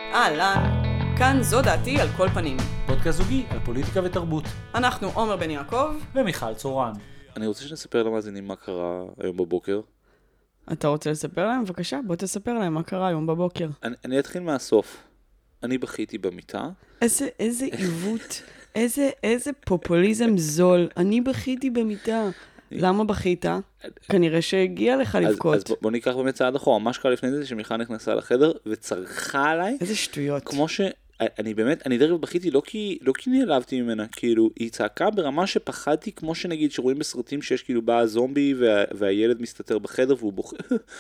אהלן, כאן זו דעתי על כל פנים. פודקאסט זוגי על פוליטיקה ותרבות. אנחנו עומר בן יעקב ומיכל צורן. אני רוצה שנספר למאזינים מה קרה היום בבוקר. אתה רוצה לספר להם? בבקשה, בוא תספר להם מה קרה היום בבוקר. אני אתחיל מהסוף. אני בכיתי במיטה. איזה עיוות, איזה פופוליזם זול. אני בכיתי במיטה. למה בכית? כנראה שהגיע לך לבכות. אז בוא ניקח באמת צעד אחורה. מה שקרה לפני זה שמיכל נכנסה לחדר וצרחה עליי. איזה שטויות. כמו אני באמת, אני דרך בכיתי לא כי נעלבתי ממנה, כאילו, היא צעקה ברמה שפחדתי, כמו שנגיד שרואים בסרטים שיש כאילו בא הזומבי והילד מסתתר בחדר והוא בוכה.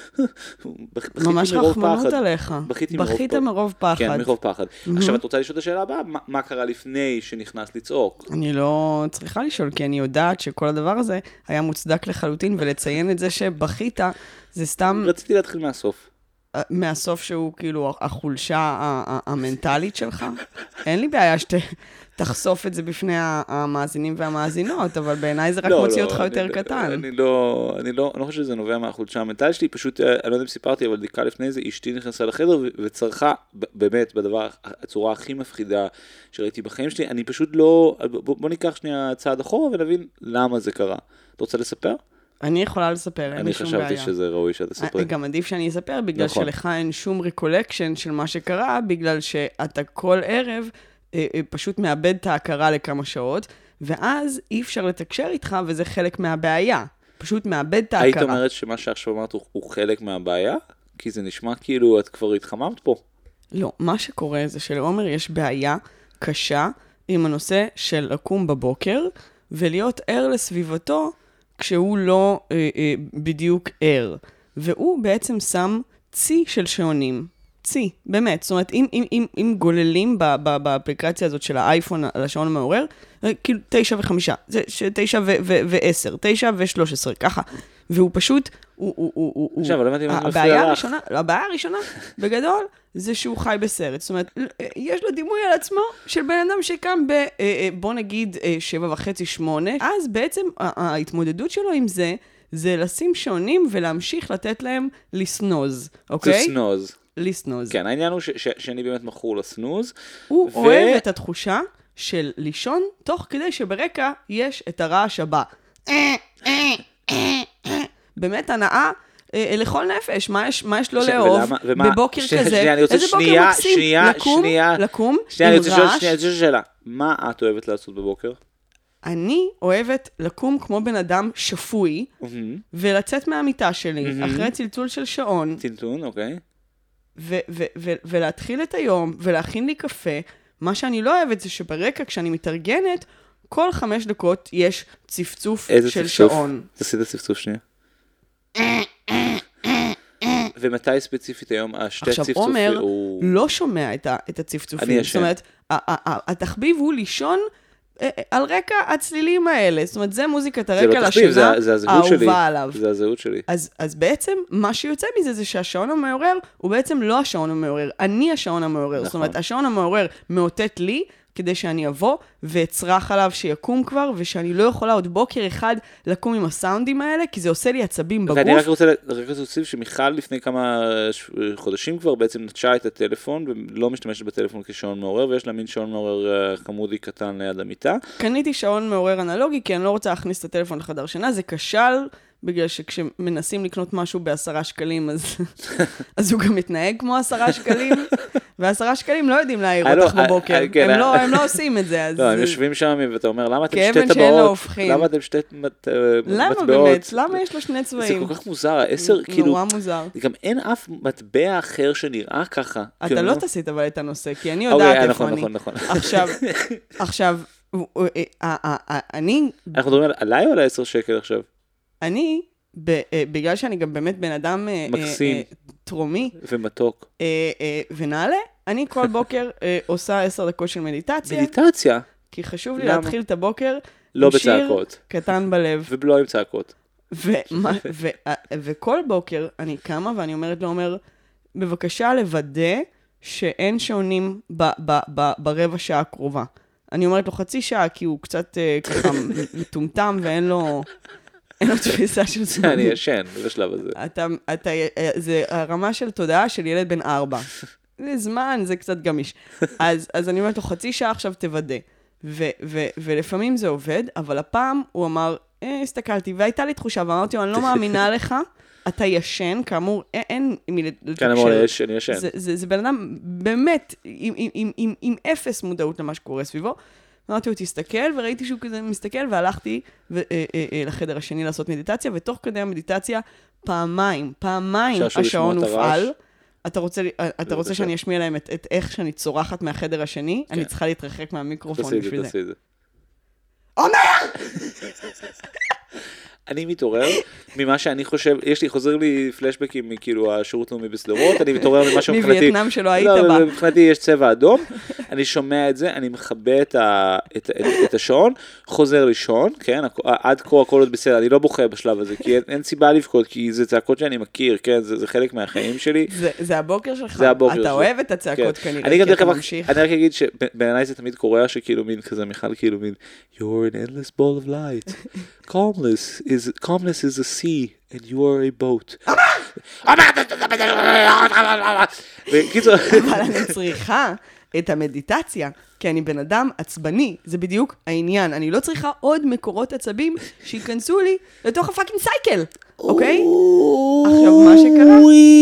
ממש רחמנות עליך. בכית מרוב פחד. כן, מרוב פחד. עכשיו את רוצה לשאול את השאלה הבאה, מה קרה לפני שנכנס לצעוק? אני לא צריכה לשאול, כי אני יודעת שכל הדבר הזה היה מוצדק לחלוטין, ולציין את זה שבכית זה סתם... רציתי להתחיל מהסוף. מהסוף שהוא כאילו החולשה המנטלית שלך. אין לי בעיה שתחשוף את זה בפני המאזינים והמאזינות, אבל בעיניי זה רק מוציא אותך יותר קטן. אני לא חושב שזה נובע מהחולשה המנטלית שלי, פשוט, אני לא יודע אם סיפרתי, אבל דקה לפני זה, אשתי נכנסה לחדר וצרחה באמת בדבר, הצורה הכי מפחידה שראיתי בחיים שלי. אני פשוט לא, בוא ניקח שנייה צעד אחורה ונבין למה זה קרה. אתה רוצה לספר? אני יכולה לספר, אין לי שום בעיה. אני חשבתי שזה ראוי שאתה ספרי. גם עדיף שאני אספר, בגלל שלך אין שום ריקולקשן של מה שקרה, בגלל שאתה כל ערב פשוט מאבד את ההכרה לכמה שעות, ואז אי אפשר לתקשר איתך, וזה חלק מהבעיה. פשוט מאבד את ההכרה. היית אומרת שמה שעכשיו אמרת הוא חלק מהבעיה? כי זה נשמע כאילו את כבר התחממת פה. לא, מה שקורה זה שלעומר יש בעיה קשה עם הנושא של לקום בבוקר, ולהיות ער לסביבתו, כשהוא לא בדיוק ער. והוא בעצם שם צי של שעונים. צי, באמת. זאת אומרת, אם גוללים באפליקציה הזאת של האייפון על השעון המעורר, כאילו 9 ו5, זה 9 ו10, 9 ו13, ככה. והוא פשוט, הבעיה הראשונה, בגדול, זה שהוא חי בסרט. זאת אומרת, יש לו דימוי על עצמו של בן אדם שקם בוא נגיד 7:30-8, אז בעצם ההתמודדות שלו עם זה, זה לשים שעונים ולהמשיך לתת להם לסנוז, אוקיי? לסנוז. לסנוז. כן, העניין הוא שאני באמת מכור לסנוז. הוא אוהב את התחושה של לישון, תוך כדי שברקע יש את הרעש הבא. באמת הנאה לכל נפש, מה יש לו לאהוב בבוקר כזה, איזה בוקר מקסים, לקום עם רעש. אני רוצה שאלה, מה את אוהבת לעשות בבוקר? אני אוהבת לקום כמו בן אדם שפוי, ולצאת מהמיטה שלי, אחרי צלצול של שעון. צלצול, אוקיי. ולהתחיל את היום, ולהכין לי קפה. מה שאני לא אוהבת זה שברקע, כשאני מתארגנת, כל 5 דקות יש צפצוף של שעון. תעשי את הצפצוף שנייה. ומתי ספציפית היום השתי צפצופים? עכשיו עומר לא שומע את הצפצופים. זאת אומרת, התחביב הוא לישון על רקע הצלילים האלה. זאת אומרת, זה מוזיקת הרקע לשינה האהובה עליו. זה הזהות שלי. אז בעצם מה שיוצא מזה זה שהשעון המעורר הוא בעצם לא השעון המעורר. אני השעון המעורר. זאת אומרת, השעון המעורר מאותת לי כדי שאני אבוא ואצרח עליו שיקום כבר, ושאני לא יכולה עוד בוקר אחד לקום עם הסאונדים האלה, כי זה עושה לי עצבים בגוף. ואני רק רוצה להוסיף שמיכל לפני כמה חודשים כבר בעצם נטשה את הטלפון, ולא משתמשת בטלפון כשעון מעורר, ויש לה מין שעון מעורר חמודי קטן ליד המיטה. קניתי שעון מעורר אנלוגי, כי אני לא רוצה להכניס את הטלפון לחדר שינה, זה כשל, בגלל שכשמנסים לקנות משהו ב10 שקלים, אז הוא גם מתנהג כמו 10 שקלים, ו10 שקלים לא יודעים להעיר אותך בבוקר. הם לא עושים את זה. לא, הם יושבים שם, ואתה אומר, למה אתם שתי כאבן שאין לה הופכים. למה אתם שתי מטבעות? למה באמת? למה יש לו 2 צבעים? זה כל כך מוזר, 10, כאילו... נורא מוזר. גם אין אף מטבע אחר שנראה ככה. אתה לא תעשית אבל את הנושא, כי אני יודעת איפה אני. נכון. עכשיו, אני... אנחנו מדברים עליי או על 10 שקל עכשיו? אני, בגלל שאני גם באמת בן אדם מקסים טרומי ומתוק ונעלה, אני כל בוקר עושה 10 דקות של מדיטציה. מדיטציה? כי חשוב לי להתחיל את הבוקר לא עם שיר בצעקות. קטן בלב. ולא עם צעקות. וכל בוקר אני קמה ואני אומרת לו, אומר, בבקשה לוודא שאין שעונים ברבע שעה הקרובה. אני אומרת לו 30 שעה, כי הוא קצת ככה מטומטם ואין לו... אין לו תפיסה של זמן. אני ישן בשלב הזה. זה הרמה של תודעה של ילד בן 4. זה זמן, זה קצת גמיש. אז אני אומרת לו, חצי שעה עכשיו תוודא. ולפעמים זה עובד, אבל הפעם הוא אמר, הסתכלתי, והייתה לי תחושה, ואמרתי לו, אני לא מאמינה לך, אתה ישן, כאמור, אין מי לתקשר. כן, אמור, אני ישן. זה בן אדם באמת, עם אפס מודעות למה שקורה סביבו. אמרתי לו, תסתכל, וראיתי שהוא כזה מסתכל, והלכתי לחדר השני לעשות מדיטציה, ותוך כדי המדיטציה, פעמיים השעון הופעל. אתה רוצה שאני אשמיע להם את איך שאני צורחת מהחדר השני? אני צריכה להתרחק מהמיקרופון בשביל זה. תעשי את זה. עומר! אני מתעורר ממה שאני חושב, חוזר לי פלשבקים מכאילו השירות לאומי בסדרות, אני מתעורר ממה שמבחינתי, מווייטנאם שלא היית בה. לא, מבחינתי יש צבע אדום, אני שומע את זה, אני מכבה את השעון, חוזר לישון, כן, עד כה הכל עוד בסדר, אני לא בוכה בשלב הזה, כי אין סיבה לבכות, כי זה צעקות שאני מכיר, כן, זה חלק מהחיים שלי. זה הבוקר שלך, זה הבוקר שלך. אתה אוהב את הצעקות כנראה, כי אתה ממשיך. אני רק אגיד שבעיניי זה תמיד קורה שכאילו מין כזה, מיכל כאילו מין, you're an endless ball of light. Calmness is a sea and you are a boat. אבל אני צריכה את המדיטציה, כי אני בן אדם עצבני, זה בדיוק העניין. אני לא צריכה עוד מקורות עצבים שיכנסו לי לתוך הפאקינג סייקל, אוקיי? עכשיו מה שקרה?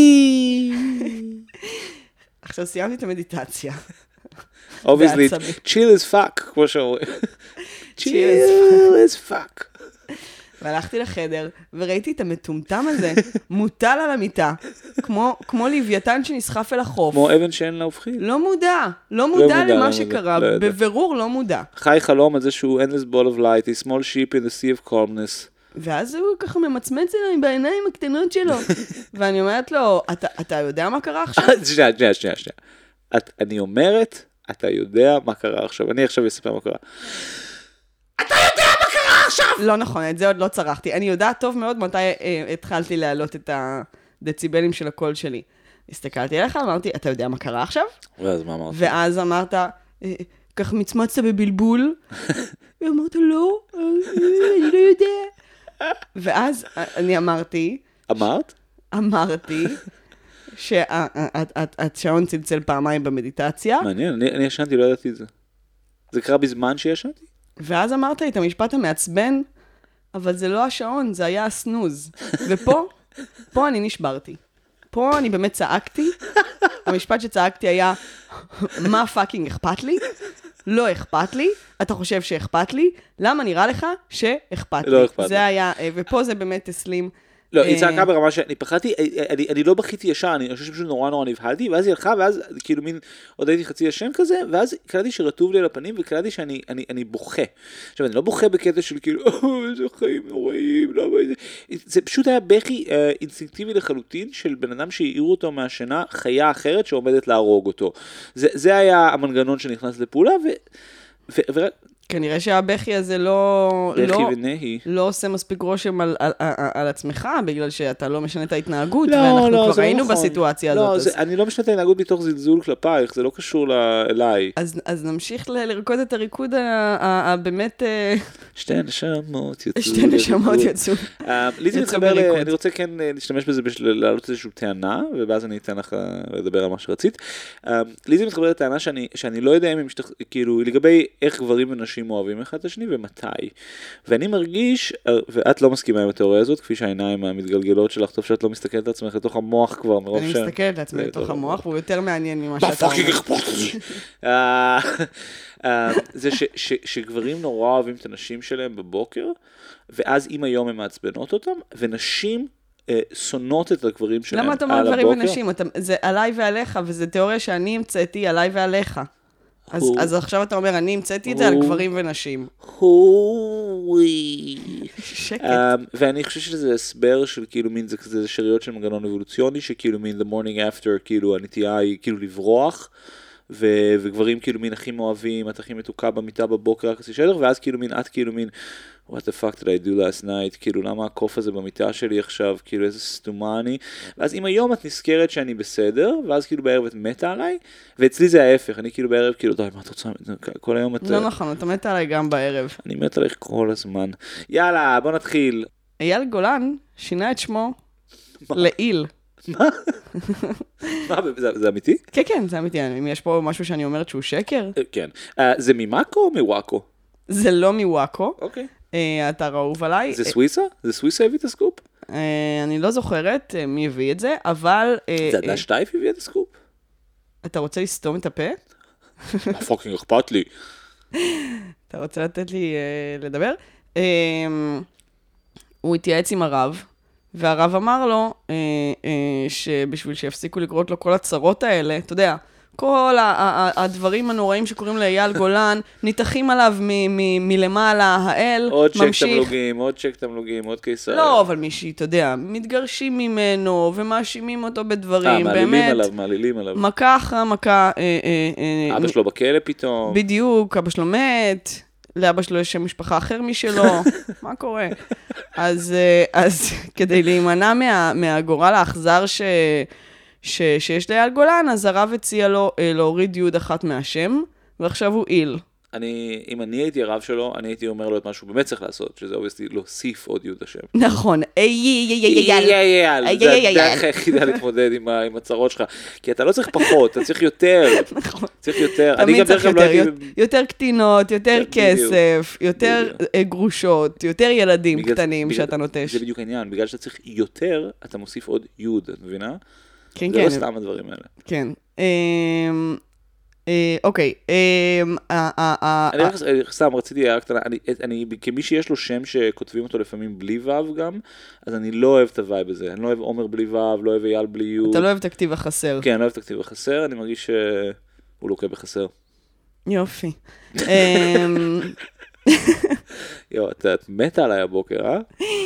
עכשיו סיימתי את המדיטציה. Obviously, chill as fuck, כמו שאומרים. chill as fuck. והלכתי לחדר, וראיתי את המטומטם הזה, מוטל על המיטה, כמו לוויתן שנסחף אל החוף. כמו אבן שאין לה הופכית. לא מודע למה שקרה, בבירור לא מודע. חי חלום על זה שהוא endless ball of light, a small sheep in the sea of calmness. ואז הוא ככה ממצמץ אליי בעיניים הקטנות שלו. ואני אומרת לו, אתה יודע מה קרה עכשיו? שנייה. אני אומרת, אתה יודע מה קרה עכשיו. אני עכשיו אספר מה קרה. אתה יודע מה קרה עכשיו! לא נכון, את זה עוד לא צרחתי. אני יודעת טוב מאוד מתי התחלתי להעלות את הדציבלים של הקול שלי. הסתכלתי עליך, אמרתי, אתה יודע מה קרה עכשיו? ואז מה אמרת? ואז אמרת, כך מצמצת בבלבול, ואמרת, לא, אני לא יודע. ואז אני אמרתי... אמרת? אמרתי שהשעון צלצל פעמיים במדיטציה. מעניין, אני ישנתי, לא ידעתי את זה. זה קרה בזמן שישנתי? ואז אמרת לי את המשפט המעצבן, אבל זה לא השעון, זה היה הסנוז. ופה אני נשברתי. פה אני באמת צעקתי. המשפט שצעקתי היה, מה פאקינג אכפת לי? לא אכפת לי. אתה חושב שאכפת לי? למה נראה לך שאכפת לי? לא אכפת לי. זה היה, ופה זה באמת הסלים. לא, היא צעקה ברמה שאני פחדתי, אני לא בכיתי ישר, אני חושב שפשוט נורא נבהלתי, ואז היא הלכה, ואז כאילו מין, עוד הייתי חצי ישן כזה, ואז קלטתי שרטוב לי על הפנים, וקלטתי שאני בוכה. עכשיו, אני לא בוכה בקטע של כאילו, איזה חיים נוראים, זה פשוט היה בכי אינסטינקטיבי לחלוטין, של בן אדם שהעירו אותו מהשינה, חיה אחרת שעומדת להרוג אותו. זה היה המנגנון שנכנס לפעולה, כנראה שהבכי הזה לא עושה מספיק רושם על עצמך, בגלל שאתה לא משנה את ההתנהגות, ואנחנו כבר היינו בסיטואציה הזאת. אני לא משנה את ההתנהגות מתוך זלזול כלפייך, זה לא קשור אליי. אז נמשיך לרקוד את הריקוד הבאמת... שתי נשמות יצאו. ליזי מתחבר, אני רוצה כן להשתמש בזה בשביל להעלות איזושהי טענה, ואז אני אתן לך לדבר על מה שרצית. ליזי מתחבר לטענה שאני לא יודע אם כאילו לגבי איך גברים ונשים אוהבים אחד את השני ומתי. ואני מרגיש, ואת לא מסכימה עם התיאוריה הזאת, כפי שהעיניים המתגלגלות שלך, טוב שאת לא מסתכלת לעצמך לתוך המוח כבר מרוב אני מסתכלת לעצמך לתוך המוח, והוא יותר מעניין ממה שאתה אומר. זה שגברים נורא אוהבים את הנשים שלהם בבוקר, ואז אם היום הם מעצבנות אותם, ונשים שונאות את הגברים שלהם על הבוקר. למה אתה אומר גברים ונשים? זה עליי ועליך, וזה תיאוריה שאני המצאתי עליי ועליך. אז עכשיו אתה אומר, אני המצאתי את זה על גברים ונשים. שקט. ואני חושב שזה הסבר של כאילו מין, זה שריות של מנגנון אבולוציוני, שכאילו מין the morning after, כאילו הנטייה היא כאילו לברוח, וגברים כאילו מין הכי מאוהבים, את הכי מתוקה במיטה בבוקר, רק עשי שדר, ואז כאילו מין, את כאילו מין, what the fuck did I do last night, כאילו למה הקוף הזה במיטה שלי עכשיו, כאילו איזה סתומה אני, ואז אם היום את נזכרת שאני בסדר, ואז כאילו בערב את מתה עליי, ואצלי זה ההפך, אני כאילו בערב כאילו, די, מה את רוצה, כל היום את... לא נכון, אתה מתה עליי גם בערב. אני מת עליך כל הזמן. יאללה, בוא נתחיל. אייל גולן שינה את שמו לאיל. מה? מה, זה אמיתי? כן, כן, זה אמיתי. אם יש פה משהו שאני אומרת שהוא שקר, כן. זה ממאקו או מוואקו? זה לא מוואקו. אוקיי. האתר האהוב עליי. זה סוויסה? זה סוויסה הביא את הסקופ? אני לא זוכרת מי הביא את זה, אבל... זה הדש טייף הביא את הסקופ? אתה רוצה לסתום את הפה? מה פוקינג אכפת לי? אתה רוצה לתת לי לדבר? הוא התייעץ עם הרב, והרב אמר לו שבשביל שיפסיקו לקרות לו כל הצרות האלה, אתה יודע, כל הדברים הנוראים שקורים לאייל גולן, ניתחים עליו מלמעלה, האל עוד ממשיך. עוד צ'ק תמלוגים, עוד קיסר. לא, אבל מישהי, אתה יודע, מתגרשים ממנו ומאשימים אותו בדברים, מעלילים עליו. מכה אחרי מכה. אבא שלו בכלא פתאום. בדיוק, אבא שלו מת, לאבא שלו יש שם משפחה אחר משלו, מה קורה? אז כדי להימנע מהגורל האכזר שיש לאייל גולן, אז הרב הציע לו להוריד יוד אחת מהשם, ועכשיו הוא איל. אם אני הייתי הרב שלו, אני הייתי אומר לו את מה שהוא באמת צריך לעשות, שזה obviously להוסיף עוד יוד השם. נכון, זה הדרך היחידה להתמודד עם הצרות שלך, כי אתה לא צריך פחות, אתה צריך יותר. צריך יותר. תמיד צריך יותר קטינות, יותר כסף, יותר גרושות, יותר ילדים קטנים שאתה נוטש. זה בדיוק העניין, בגלל שאתה צריך יותר, אתה מוסיף עוד יוד, את מבינה? כן, זה לא סתם הדברים האלה. כן. אוקיי. אני סתם רציתי הערה קטנה, כמי שיש לו שם שכותבים אותו לפעמים בלי וו גם, אז אני לא אוהב את הווייב הזה, אני לא אוהב עומר בלי וו, לא אוהב אייל בלי יוד. אתה לא אוהב את הכתיב החסר. כן, אני לא אוהב את הכתיב החסר, אני מרגיש שהוא לוקה בחסר. יופי. את מתה עליי הבוקר, אה?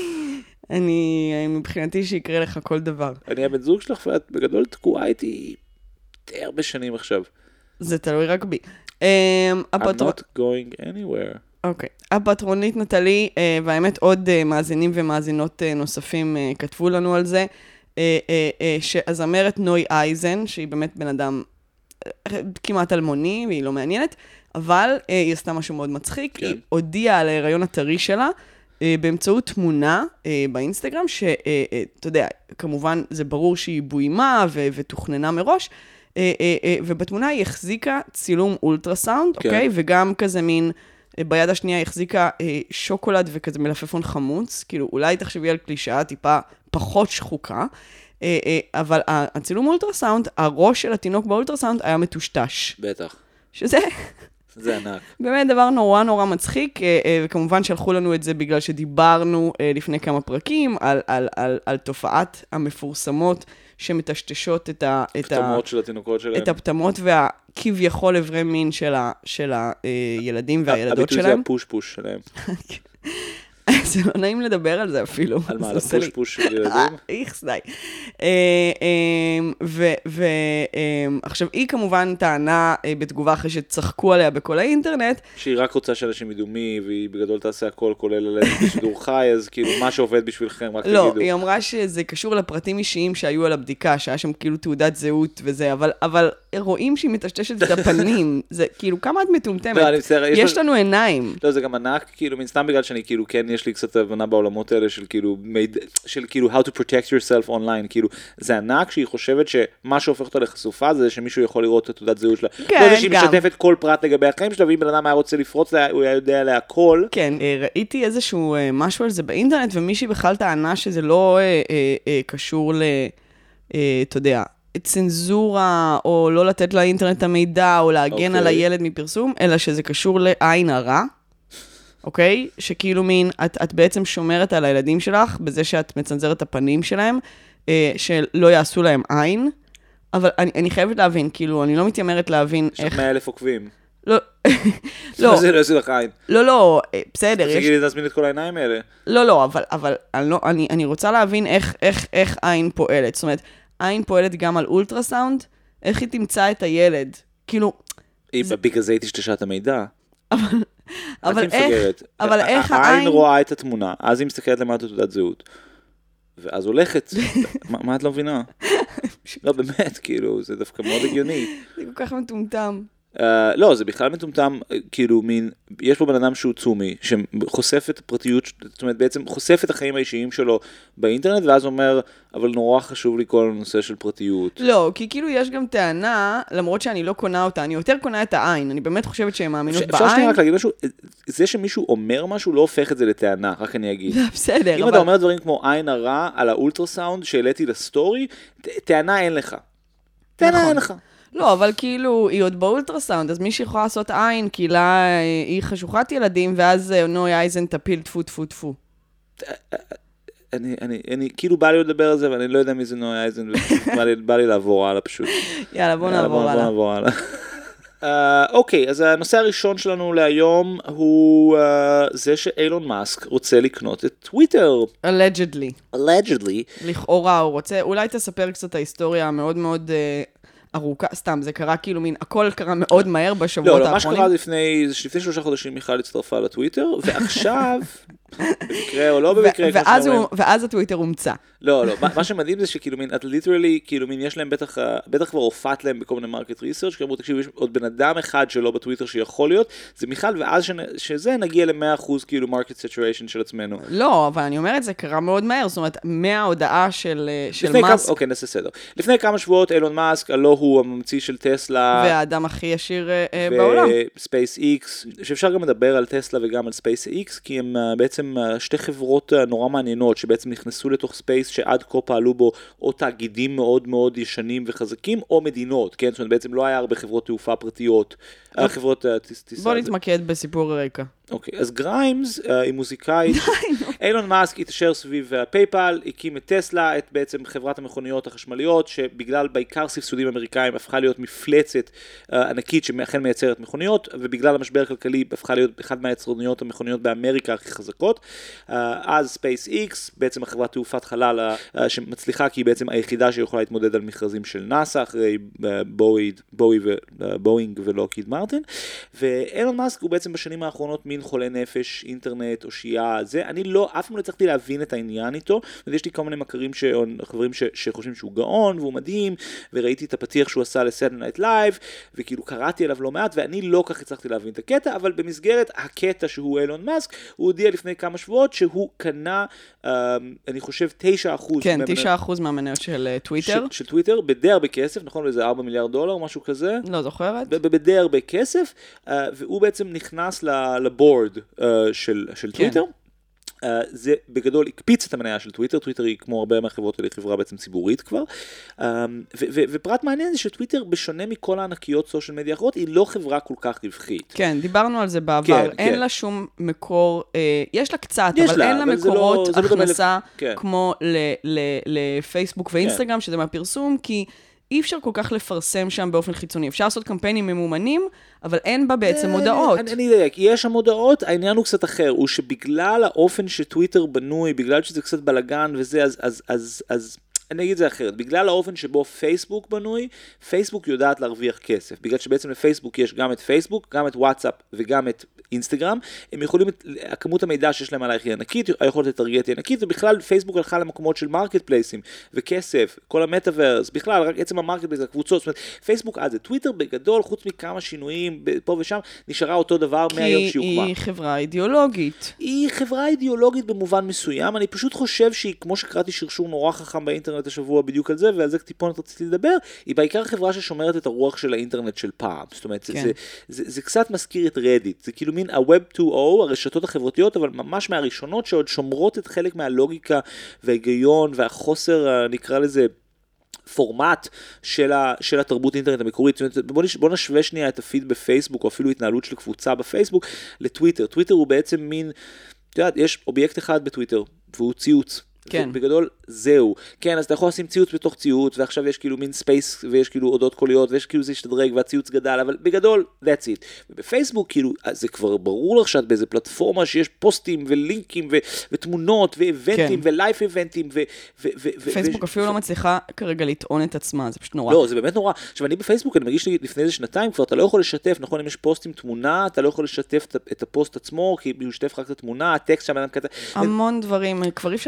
מבחינתי שיקרה לך כל דבר. אני הבן זוג שלך ואת בגדול תקועה איתי די הרבה שנים עכשיו. זה תלוי רק בי. I'm not going anywhere. אוקיי. הפטרונית נטלי, והאמת עוד מאזינים ומאזינות נוספים כתבו לנו על זה, שהזמרת נוי אייזן, שהיא באמת בן אדם כמעט אלמוני, והיא לא מעניינת, אבל היא עשתה משהו מאוד מצחיק, היא הודיעה על ההיריון הטרי שלה, באמצעות תמונה באינסטגרם, שאתה יודע, כמובן זה ברור שהיא בוימה ותוכננה מראש, ובתמונה היא החזיקה צילום אולטרסאונד, אוקיי? וגם כזה מין, ביד השנייה היא החזיקה שוקולד וכזה מלפפון חמוץ, כאילו אולי תחשבי על קלישאה טיפה פחות שחוקה, אבל הצילום אולטרסאונד, הראש של התינוק באולטרסאונד היה מטושטש. בטח. שזה... זה ענק. באמת דבר נורא נורא מצחיק, וכמובן שלחו לנו את זה בגלל שדיברנו לפני כמה פרקים על תופעת המפורסמות שמטשטשות את הפטמות של התינוקות שלהם. את הפטמות והכביכול אברי מין של הילדים והילדות שלהם. הביטוי זה הפוש-פוש שלהם. זה לא נעים לדבר על זה אפילו. על מה? על הפוש-פוש של ילדים? איכס, די. ועכשיו, היא כמובן טענה בתגובה אחרי שצחקו עליה בכל האינטרנט. שהיא רק רוצה שאנשים ידעו מי, והיא בגדול תעשה הכל, כולל עליהם בשידור חי, אז כאילו מה שעובד בשבילכם, רק תגידו. לא, היא אמרה שזה קשור לפרטים אישיים שהיו על הבדיקה, שהיה שם כאילו תעודת זהות וזה, אבל רואים שהיא מטשטשת את הפנים. זה כאילו, כמה את מטומטמת? יש לנו עיניים. לא, זה גם ענק, כאילו, מן סתם בגלל שאני כאילו, כן, יש לי קצת הבנה בעולמות האלה של כאילו, how to protect yourself online, כאילו, זה ענק שהיא חושבת שמה שהופך אותה לחשופה זה שמישהו יכול לראות את תעודת זהות שלה. כן, לא זה שהיא משתפת כל פרט לגבי החיים שלה, ואם בן אדם היה רוצה לפרוץ, הוא היה יודע עליה הכל. כן, ראיתי איזשהו משהו על זה באינטרנט, ומישהי בכלל טענה שזה לא קשור אתה יודע, צנזורה, או לא לתת לאינטרנט המידע, או להגן על הילד מפרסום, אלא שזה קשור לעין הרע. אוקיי? שכאילו מין, את בעצם שומרת על הילדים שלך, בזה שאת מצנזרת את הפנים שלהם, שלא יעשו להם עין, אבל אני חייבת להבין, כאילו, אני לא מתיימרת להבין איך... יש לך 100,000 עוקבים. לא, לא. זה לא יעשו לך עין. לא, בסדר. תגיד לי, תזמין את כל העיניים האלה. לא, אבל אני רוצה להבין איך עין פועלת. זאת אומרת, עין פועלת גם על אולטרסאונד, איך היא תמצא את הילד? כאילו... בגלל זה היא תשתשה את המידע. אבל איך העין רואה את התמונה, אז היא מסתכלת למטה תעודת זהות, ואז הולכת, מה את לא מבינה? לא באמת, כאילו, זה דווקא מאוד הגיוני. זה כל כך מטומטם. לא, זה בכלל מטומטם, כאילו, יש פה בן אדם שהוא צומי, שחושף את הפרטיות, זאת אומרת, בעצם חושף את החיים האישיים שלו באינטרנט, ואז אומר, אבל נורא חשוב לי כל הנושא של פרטיות. לא, כי כאילו יש גם טענה, למרות שאני לא קונה אותה, אני יותר קונה את העין, אני באמת חושבת שהן מאמינות בעין. אפשר שנייה רק להגיד משהו, זה שמישהו אומר משהו לא הופך את זה לטענה, רק אני אגיד. בסדר, אם אתה אומר דברים כמו עין הרע על האולטרסאונד שהעליתי לסטורי, טענה אין לך. טענה אין לך. לא, אבל כאילו, היא עוד באולטרסאונד, אז מישהי יכולה לעשות עין, כי לה היא חשוכת ילדים, ואז נוי אייזן תפיל טפו טפו טפו. אני כאילו בא לי לדבר על זה, ואני לא יודע מי זה נוי אייזן, ובא לי לעבור הלאה פשוט. יאללה, בוא נעבור הלאה. אוקיי, אז הנושא הראשון שלנו להיום הוא זה שאילון מאסק רוצה לקנות את טוויטר. Allegedly. לכאורה הוא רוצה, אולי תספר קצת ההיסטוריה המאוד מאוד ארוכה, סתם, זה קרה כאילו מין, הכל קרה מאוד מהר בשבועות האחרונים. לא, מה שקרה לפני 3 חודשים מיכל הצטרפה לטוויטר, ועכשיו, במקרה או לא במקרה, ואז הטוויטר הומצא. לא, מה שמדהים זה שכאילו מין, את ליטרלי, כאילו מין, יש להם בטח כבר הופעת להם בכל מיני מרקט ריסרצ' כי אמרו, תקשיב, יש עוד בן אדם אחד שלא בטוויטר שיכול להיות, זה מיכל, ואז שזה נגיע ל100% כאילו מרקט סטוריישן של עצמנו. לא, אבל אני אומרת, זה קרה מאוד מהר, זאת אומרת, מההודעה של מאסק. אוקיי, נעשה סדר. לפני כמה שבועות, אילון מאסק, הלא הוא הממציא של טסלה. והאדם הכי ישיר בעולם. וספייס איקס, שאפשר גם לדבר על טסלה וגם על ספייס איקס, כי הם בעצם שתי חברות נורא מעניינות, שבעצם נכנסו לתוך ספייס שעד כה פעלו בו או תאגידים מאוד מאוד ישנים וחזקים, או מדינות, כן? זאת אומרת, בעצם לא היה הרבה חברות תעופה פרטיות, חברות טיסה. בוא נתמקד בסיפור הרקע. אוקיי, אז גריימס היא מוזיקאית, אילון מאסק התאשר סביב פייפל, הקים את טסלה, את בעצם חברת המכוניות החשמליות, שבגלל בעיקר סבסודים אמריקאים הפכה להיות מפלצת ענקית שאכן מייצרת מכוניות, ובגלל המשבר הכלכלי הפכה להיות אחד מהיצרניות המכוניות באמריקה הכי חזקות. אז ספייס איקס, בעצם החברת תעופת חלל שמצליחה, כי היא בעצם היחידה שיכולה להתמודד על מכרזים של נאסא, אחרי בואינג ולוקיד מרטין, ואילון מאסק הוא בעצם בשנים האחרונות מין חולה נפש, אינטרנט, אושייה, זה, אני לא, אף פעם לא הצלחתי להבין את העניין איתו, ויש לי כל מיני מכרים חברים שחושבים שהוא גאון, והוא מדהים, וראיתי את הפתיח שהוא עשה ל-Saturday Night Live, וכאילו קראתי עליו לא מעט, ואני לא כך הצלחתי להבין את הקטע, אבל במסגרת הקטע שהוא אילון מאסק, הוא הודיע לפני כמה שבועות שהוא קנה, אני חושב 9%. כן, 9% מהמניות של טוויטר. של טוויטר, בדי הרבה כסף, נכון? וזה $4 מיליארד, משהו כזה. לא זוכרת. בדי הרבה כסף, והוא בעצם נכנס לבורד של טוויטר. זה בגדול הקפיץ את המניה של טוויטר, טוויטר היא כמו הרבה מהחברות האלה חברה בעצם ציבורית כבר, ופרט מעניין זה שטוויטר בשונה מכל הענקיות סושיאל מדיה אחרות, היא לא חברה כל כך רווחית. כן, דיברנו על זה בעבר, אין לה שום מקור, יש לה קצת, אבל אין לה מקורות הכנסה כמו לפייסבוק ואינסטגרם, שזה מהפרסום, כי אי אפשר כל כך לפרסם שם באופן חיצוני. אפשר לעשות קמפיינים ממומנים, אבל אין בה בעצם מודעות. אני יודע, יש שם מודעות, העניין הוא קצת אחר, הוא שבגלל האופן שטוויטר בנוי, בגלל שזה קצת בלגן וזה, אז אני אגיד זה אחרת, בגלל האופן שבו פייסבוק בנוי, פייסבוק יודעת להרוויח כסף, בגלל שבעצם לפייסבוק יש גם את פייסבוק, גם את וואטסאפ וגם את אינסטגרם, הם יכולים, הכמות המידע שיש להם עלייך היא ענקית, היכולת לטרגט היא ענקית, ובכלל פייסבוק הלכה למקומות של מרקט פלייסים, וכסף, כל המטאברס, בכלל, רק עצם המרקט פלייס, הקבוצות, זאת אומרת, פייסבוק עד זה, טוויטר בגדול, חוץ מכמה שינויים פה ושם, נשארה אותו דבר מהיום שהיא הוקמה. כי היא חברה אידיאולוגית. היא חברה אידיאולוגית במובן מסוים, אני פשוט חושב שהיא, כמו שקראתי שרשור נורא חכם באינטרנט השבוע בדיוק על זה, ועל זה טיפונת רציתי לדבר, היא בעיקר חברה ששומרת את הרוח של האינטרנט של פעם. זאת אומרת, כן. זה קצת מזכיר את רדיט. זה כאילו מין ה-Web 2.0, הרשתות החברתיות, אבל ממש מהראשונות שעוד שומרות את חלק מהלוגיקה וההיגיון והחוסר, נקרא לזה, פורמט של התרבות אינטרנט המקורית. בוא נשווה שנייה את הפיד בפייסבוק, או אפילו התנהלות של קבוצה בפייסבוק, לטוויטר. טוויטר הוא בעצם מין, אתה יודע, יש אובייקט אחד בטוויטר, והוא ציוץ. כן. בגדול זהו. כן, אז אתה יכול לשים ציוץ בתוך ציוץ, ועכשיו יש כאילו מין ספייס, ויש כאילו הודות קוליות, ויש כאילו זה השתדרג, והציוץ גדל, אבל בגדול, that's it. ובפייסבוק, כאילו, זה כבר ברור לך שאת באיזה פלטפורמה שיש פוסטים ולינקים ותמונות ואיבנטים ולייף איבנטים פייסבוק אפילו לא מצליחה כרגע לטעון את עצמה, זה פשוט נורא. לא, זה באמת נורא. עכשיו, אני בפייסבוק, אני מרגיש לפני איזה שנתיים כבר, אתה לא יכול לשתף, נכון, אם יש פוסט עם תמונה, אתה לא יכול לשתף את הפוסט עצמו, כי הוא ישתף רק את התמונה, הטקסט שם, המון דברים, כבר אי אפשר לתייג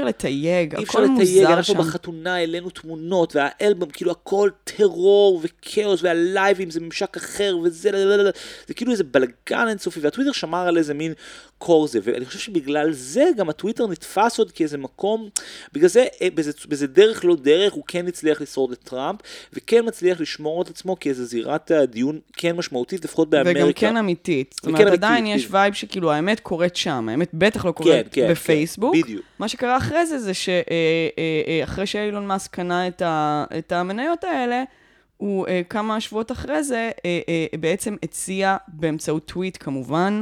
לתייג, אי אפשר הכל לתייג, מוזר אנחנו שם. בחתונה העלינו תמונות, והאלבום, כאילו הכל טרור וכאוס, והלייבים זה ממשק אחר, וזה, זה כאילו איזה בלגן אינסופי, והטוויטר שמר על איזה מין קור זה, ואני חושב שבגלל זה גם הטוויטר נתפס עוד כאיזה מקום, בגלל זה, בזה דרך לא דרך, הוא כן הצליח לשרוד את טראמפ, וכן מצליח לשמור את עצמו כאיזה זירת דיון כן משמעותית, לפחות באמריקה. וגם כן אמיתית. זאת אומרת, עדיין יש וייב שכאילו האמת קורית שם, האמת בטח לא קורית בפייסבוק. מה שקרה אחרי זה, זה שאחרי שאילון מאסק קנה את המניות האלה, הוא כמה שבועות אחרי זה בעצם הציע באמצעות טוויט כמובן,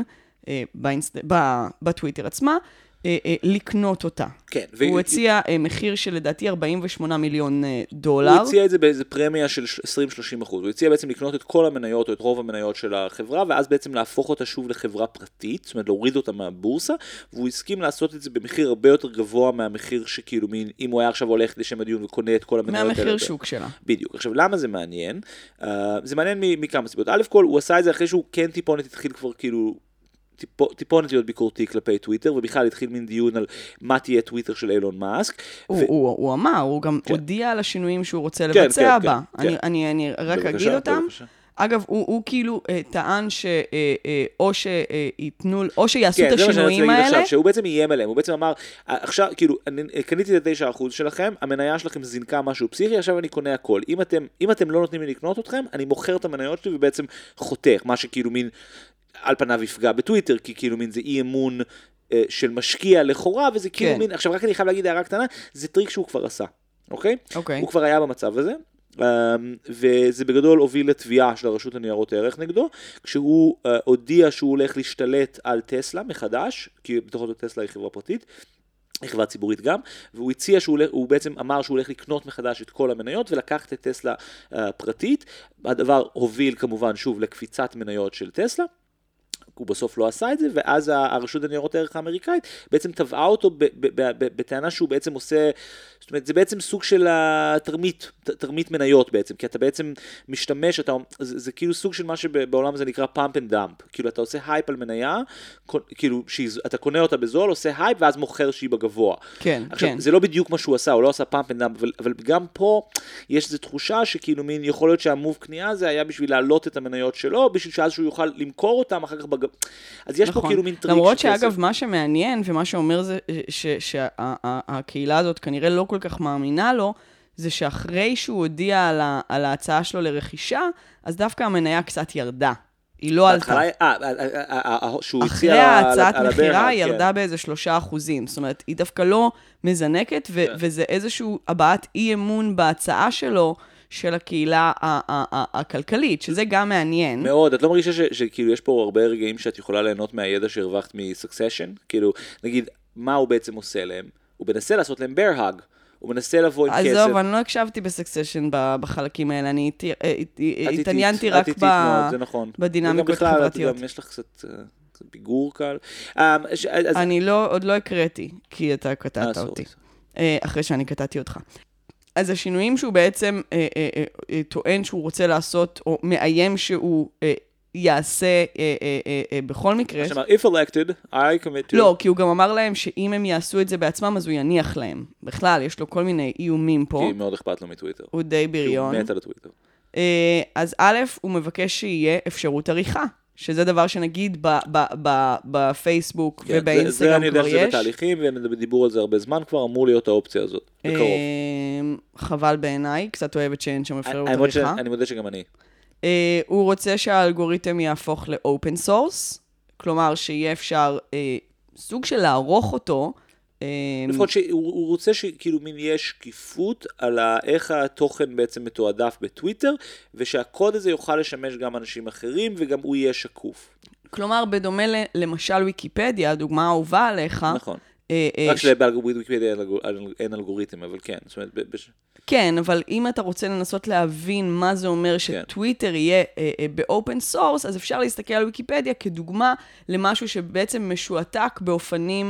בטוויטר עצמה, לקנות אותה. כן. הוא הציע מחיר של לדעתי $48 מיליון. הוא הציע את זה באיזה פרמיה של 20-30%. הוא הציע בעצם לקנות את כל המניות או את רוב המניות של החברה, ואז בעצם להפוך אותה שוב לחברה פרטית, זאת אומרת להוריד אותה מהבורסה, והוא הסכים לעשות את זה במחיר הרבה יותר גבוה מהמחיר שכאילו אם הוא היה עכשיו הולך לשם הדיון וקונה את כל המניות האלה. מהמחיר שוק שלה. בדיוק. עכשיו למה זה מעניין? זה מעניין מכמה סיבות. א' כל, הוא עשה את זה אחרי שהוא כן טיפונת התחיל כבר כאילו טיפונת להיות ביקורתי כלפי טוויטר, ובכלל התחיל מין דיון על מה תהיה טוויטר של אילון מאסק. הוא אמר, הוא גם הודיע על השינויים שהוא רוצה לבצע בה. אני רק אגיד אותם. אגב, הוא כאילו טען או שיתנו, או שיעשו את השינויים האלה. שהוא בעצם איים עליהם, הוא בעצם אמר, עכשיו, כאילו, קניתי את 9% שלכם, המניה שלכם זינקה משהו פסיכי, עכשיו אני קונה הכל. אם אתם לא נותנים לי לקנות אתכם, אני מוכר את המניות שלי ובעצם חותך, מה שכאילו מין על פניו יפגע בטוויטר, כי כאילו מין זה אי אמון של משקיע לכאורה, וזה כאילו מין, עכשיו רק אני חייב להגיד הערה קטנה, זה טריק שהוא כבר עשה, אוקיי? הוא כבר היה במצב הזה, וזה בגדול הוביל לתביעה של הרשות הניירות הערך נגדו, כשהוא הודיע שהוא הולך להשתלט על טסלה מחדש, כי בתוך זאת טסלה היא חברה פרטית, היא חברה ציבורית גם, והוא הציע הוא בעצם אמר שהוא הולך לקנות מחדש את כל המניות, ולקחת את טסלה פרטית, הדבר הוביל כמובן שוב לקפיצת מניות של טסלה, הוא בסוף לא עשה את זה, ואז הרשות הניירות הערך האמריקאית בעצם טבעה אותו בטענה שהוא בעצם עושה, זאת אומרת, זה בעצם סוג של תרמית מניות בעצם, כי אתה בעצם משתמש, זה כאילו סוג של מה שבעולם הזה נקרא pump and dump, כאילו אתה עושה הייפ על מניה, כאילו אתה קונה אותה בזול, עושה הייפ, ואז מוכר שהיא בגבוה. כן, עכשיו, כן. זה לא בדיוק מה שהוא עשה, הוא לא עשה pump and dump, אבל גם פה יש איזו תחושה שכאילו מין, יכול להיות שהמוב קנייה הזה היה בשביל להעלות את המניות שלו, בשביל שאז שהוא יוכל למכור אותם אחר כך אז יש פה כאילו מין טריק. למרות שאגב, מה שמעניין ומה שאומר זה שהקהילה הזאת כנראה לא כל כך מאמינה לו, זה שאחרי שהוא הודיע על ההצעה שלו לרכישה, אז דווקא המניה קצת ירדה. היא לא עלתה. אחרי ההצעת מחירה היא ירדה באיזה 3%. זאת אומרת, היא דווקא לא מזנקת, וזה איזשהו הבעת אי אמון בהצעה שלו, של הקהילה הכלכלית, שזה גם מעניין. מאוד, את לא מרגישה שכאילו יש פה הרבה רגעים שאת יכולה ליהנות מהידע שהרווחת מסקסשן? כאילו, נגיד, מה הוא בעצם עושה להם? הוא מנסה לעשות להם bear hug, הוא מנסה לבוא עם כסף. עזוב, אני לא הקשבתי בסקסשן בחלקים האלה, אני התעניינתי רק בדינמיקות חברתיות. גם יש לך קצת פיגור קל. אני עוד לא הקראתי, כי אתה קטעת אותי, אחרי שאני קטעתי אותך. אז השינויים שהוא בעצם טוען שהוא רוצה לעשות, או מאיים שהוא יעשה בכל מקרה. if elected, I commit to. לא, כי הוא גם אמר להם שאם הם יעשו את זה בעצמם, אז הוא יניח להם. בכלל, יש לו כל מיני איומים פה. כי מאוד אכפת לו מטוויטר. הוא די בריון. הוא מת על הטוויטר. אז א', הוא מבקש שיהיה אפשרות עריכה. שזה דבר שנגיד בפייסבוק ובאינסטגרם כבר יש. זה אני יודע שזה בתהליכים, ודיבור על זה הרבה זמן כבר, אמור להיות האופציה הזאת, בקרוב. חבל בעיניי, קצת אוהבת שאין שם אפשרות עריכה. אני מודה שגם אני. הוא רוצה שהאלגוריתם יהפוך לאופן סורס, כלומר שיהיה אפשר סוג של לערוך אותו. לפחות שהוא רוצה שכאילו מין יש שקיפות על איך התוכן בעצם מתועדף בטוויטר, ושהקוד הזה יוכל לשמש גם אנשים אחרים, וגם הוא יהיה שקוף. כלומר, בדומה למשל ויקיפדיה, הדוגמה האהובה עליך. נכון. רק שבוויקיפדיה אין אלגוריתם, אבל כן. כן, אבל אם אתה רוצה לנסות להבין מה זה אומר שטוויטר יהיה באופן סורס, אז אפשר להסתכל על ויקיפדיה כדוגמה למשהו שבעצם משועתק באופנים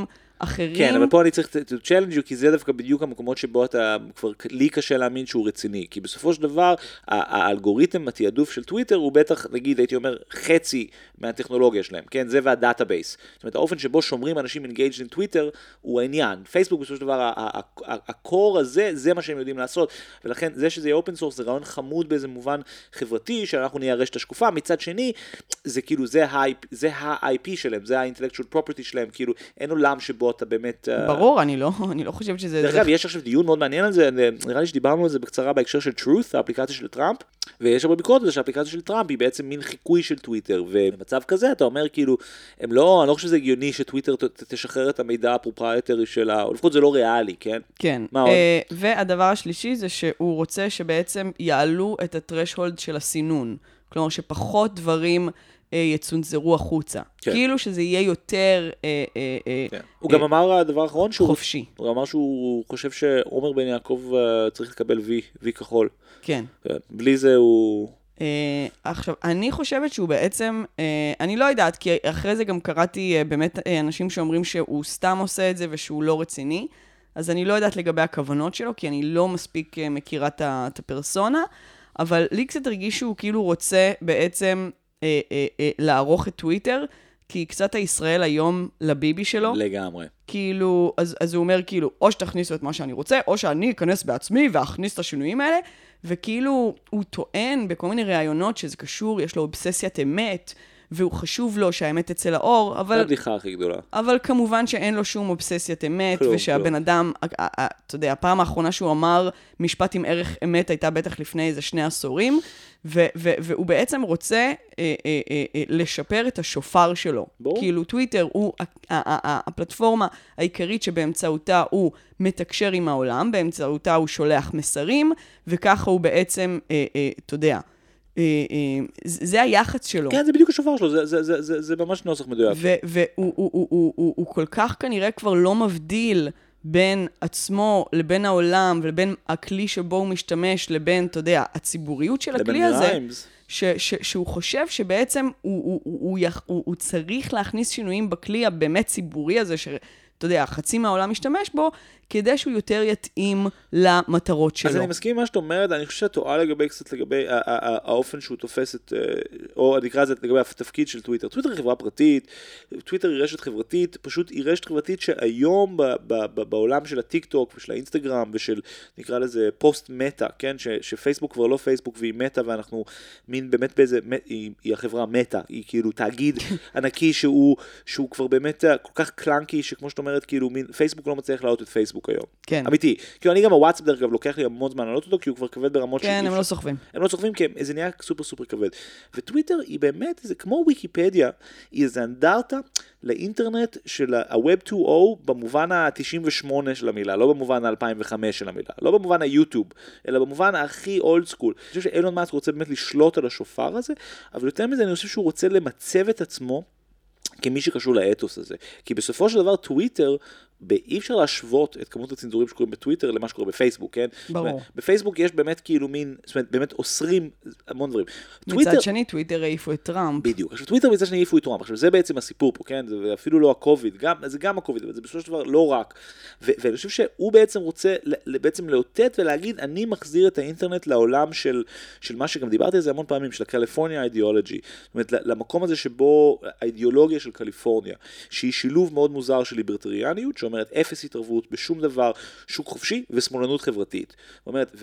אחרים... כן, אבל פה אני צריך to challenge you, כי זה דווקא בדיוק המקומות שבו אתה כבר, לי קשה להאמין שהוא רציני, כי בסופו של דבר, האלגוריתם, התיעדוף של טוויטר, הוא בטח, נגיד, הייתי אומר, חצי מהטכנולוגיה שלהם, כן? זה והדאטאבייס. זאת אומרת, האופן שבו שומרים אנשים engaged in טוויטר, הוא העניין. פייסבוק, בסופו של דבר, הקור הזה, זה מה שהם יודעים לעשות, ולכן, זה שזה יהיה open source, זה רעיון חמוד באיזה מובן חברתי, שאנחנו נהיה הרשת השקופה. מצד שני, זה כאילו, זה ה-IP שלהם, זה ה-intellectual property שלהם, כאילו, אין עולם שבו אתה באמת... ברור, אני לא חושבת שזה... דרך אגב, יש עכשיו דיון מאוד מעניין על זה, נראה לי שדיברנו על זה בקצרה בהקשר של Truth, האפליקציה של טראמפ, ויש הרבה ביקורת בזה שהאפליקציה של טראמפ היא בעצם מין חיקוי של טוויטר, ובמצב כזה אתה אומר כאילו, אני לא חושב שזה הגיוני שטוויטר תשחרר את המידע הפרופרייטרי שלה, או לפחות זה לא ריאלי, כן? כן. מה עוד? והדבר השלישי זה שהוא רוצה שבעצם יעלו את הטרשהולד של הסינון, כלומר שפחות דברים... יצונזרו החוצה. כאילו שזה יהיה יותר... הוא גם אמר הדבר האחרון שהוא... חופשי. הוא אמר שהוא חושב שעומר בן יעקב צריך לקבל וי כחול. כן. בלי זה הוא... עכשיו, אני חושבת שהוא בעצם... אני לא יודעת, כי אחרי זה גם קראתי באמת אנשים שאומרים שהוא סתם עושה את זה ושהוא לא רציני, אז אני לא יודעת לגבי הכוונות שלו, כי אני לא מספיק מכירה את הפרסונה, אבל לי קצת הרגיש שהוא כאילו רוצה בעצם... לערוך את טוויטר, כי קצת הישראל היום לביבי שלו. לגמרי. כאילו, אז הוא אומר כאילו, או שתכניסו את מה שאני רוצה, או שאני אכנס בעצמי ואכניס את השינויים האלה, וכאילו הוא טוען בכל מיני ראיונות שזה קשור, יש לו אובססיית אמת, והוא חשוב לו שהאמת תצא לאור, אבל... זה הבדיחה הכי גדולה. אבל כמובן שאין לו שום אובססיית אמת, ושהבן אדם, אתה יודע, הפעם האחרונה שהוא אמר משפט עם ערך אמת הייתה בטח לפני איזה 2 עשורים, והוא בעצם רוצה לשפר את השופר שלו. בוא. כאילו טוויטר הוא הפלטפורמה העיקרית שבאמצעותה הוא מתקשר עם העולם, באמצעותה הוא שולח מסרים, וככה הוא בעצם, אתה יודע, זה היחץ שלו. כן, זה בדיוק השופר שלו, זה ממש נוסח מדויק. והוא כל כך כנראה כבר לא מבדיל בין עצמו לבין העולם ולבין הכלי שבו הוא משתמש לבין, אתה יודע, הציבוריות של הכלי הזה, שהוא חושב שבעצם הוא צריך להכניס שינויים בכלי הבאמת ציבורי הזה, אתה יודע, חצי מהעולם משתמש בו, כדי שהוא יותר יתאים למטרות שלו. אז אני מסכים עם מה שאת אומרת, אני חושב שאת טועה לגבי קצת לגבי האופן שהוא תופס את, או אני אקרא את זה לגבי התפקיד של טוויטר. טוויטר היא חברה פרטית, טוויטר היא רשת חברתית, פשוט היא רשת חברתית שהיום בעולם של הטיק טוק ושל האינסטגרם ושל, נקרא לזה פוסט מטה, כן? שפייסבוק כבר לא פייסבוק והיא מטה, ואנחנו מין באמת באיזה, היא החברה מטה, היא כאילו תאגיד ענקי שהוא כבר באמת כל כך קלנקי, שכמו שאת אומרת, כאילו פייסבוק לא מצליח להעלות את פייסבוק היום. כן. אמיתי. כאילו אני גם הוואטסאפ דרך אגב לוקח לי המון זמן לעלות אותו, כי הוא כבר כבד ברמות כן, הם לא סוחבים. הם לא סוחבים כי זה נהיה סופר סופר כבד. וטוויטר היא באמת, זה כמו ויקיפדיה, היא איזה אנדרטה לאינטרנט של ה-Web 2.0 במובן ה-98 של המילה, לא במובן ה-2005 של המילה, לא במובן היוטיוב, אלא במובן הכי אולד סקול. אני חושב שאילון מאסק רוצה באמת לשלוט על השופר הזה, אבל יותר מזה אני חושב שהוא רוצה למצב את עצמו כמי שקשור לאתוס הזה. כי בסופו של דבר טוויטר, אי אפשר להשוות את כמות הצנזורים שקוראים בטוויטר למה שקורה בפייסבוק, כן? ברור. בפייסבוק יש באמת כאילו מין, זאת אומרת, באמת אוסרים המון דברים. מצד שני, טוויטר העיפו את טראמפ. בדיוק. עכשיו, טוויטר מצד שני העיפו את טראמפ. עכשיו, זה בעצם הסיפור פה, כן? זה אפילו לא הקוביד, זה גם הקוביד, אבל זה בסופו של דבר לא רק. ואני חושב שהוא בעצם רוצה בעצם לאותת ולהגיד, אני מחזיר את האינטרנט לעולם של מה שגם דיברתי על זה המון פעמים, של הקליפורניה אידיאולוגי. זאת אומרת, למקום הזה שבו האידיאולוגיה של קליפורניה, שהיא שילוב מאוד מוזר של ליברטריאניות, שאומרת אפס התערבות בשום דבר, שוק חופשי ושמאלנות חברתית. זאת אומרת,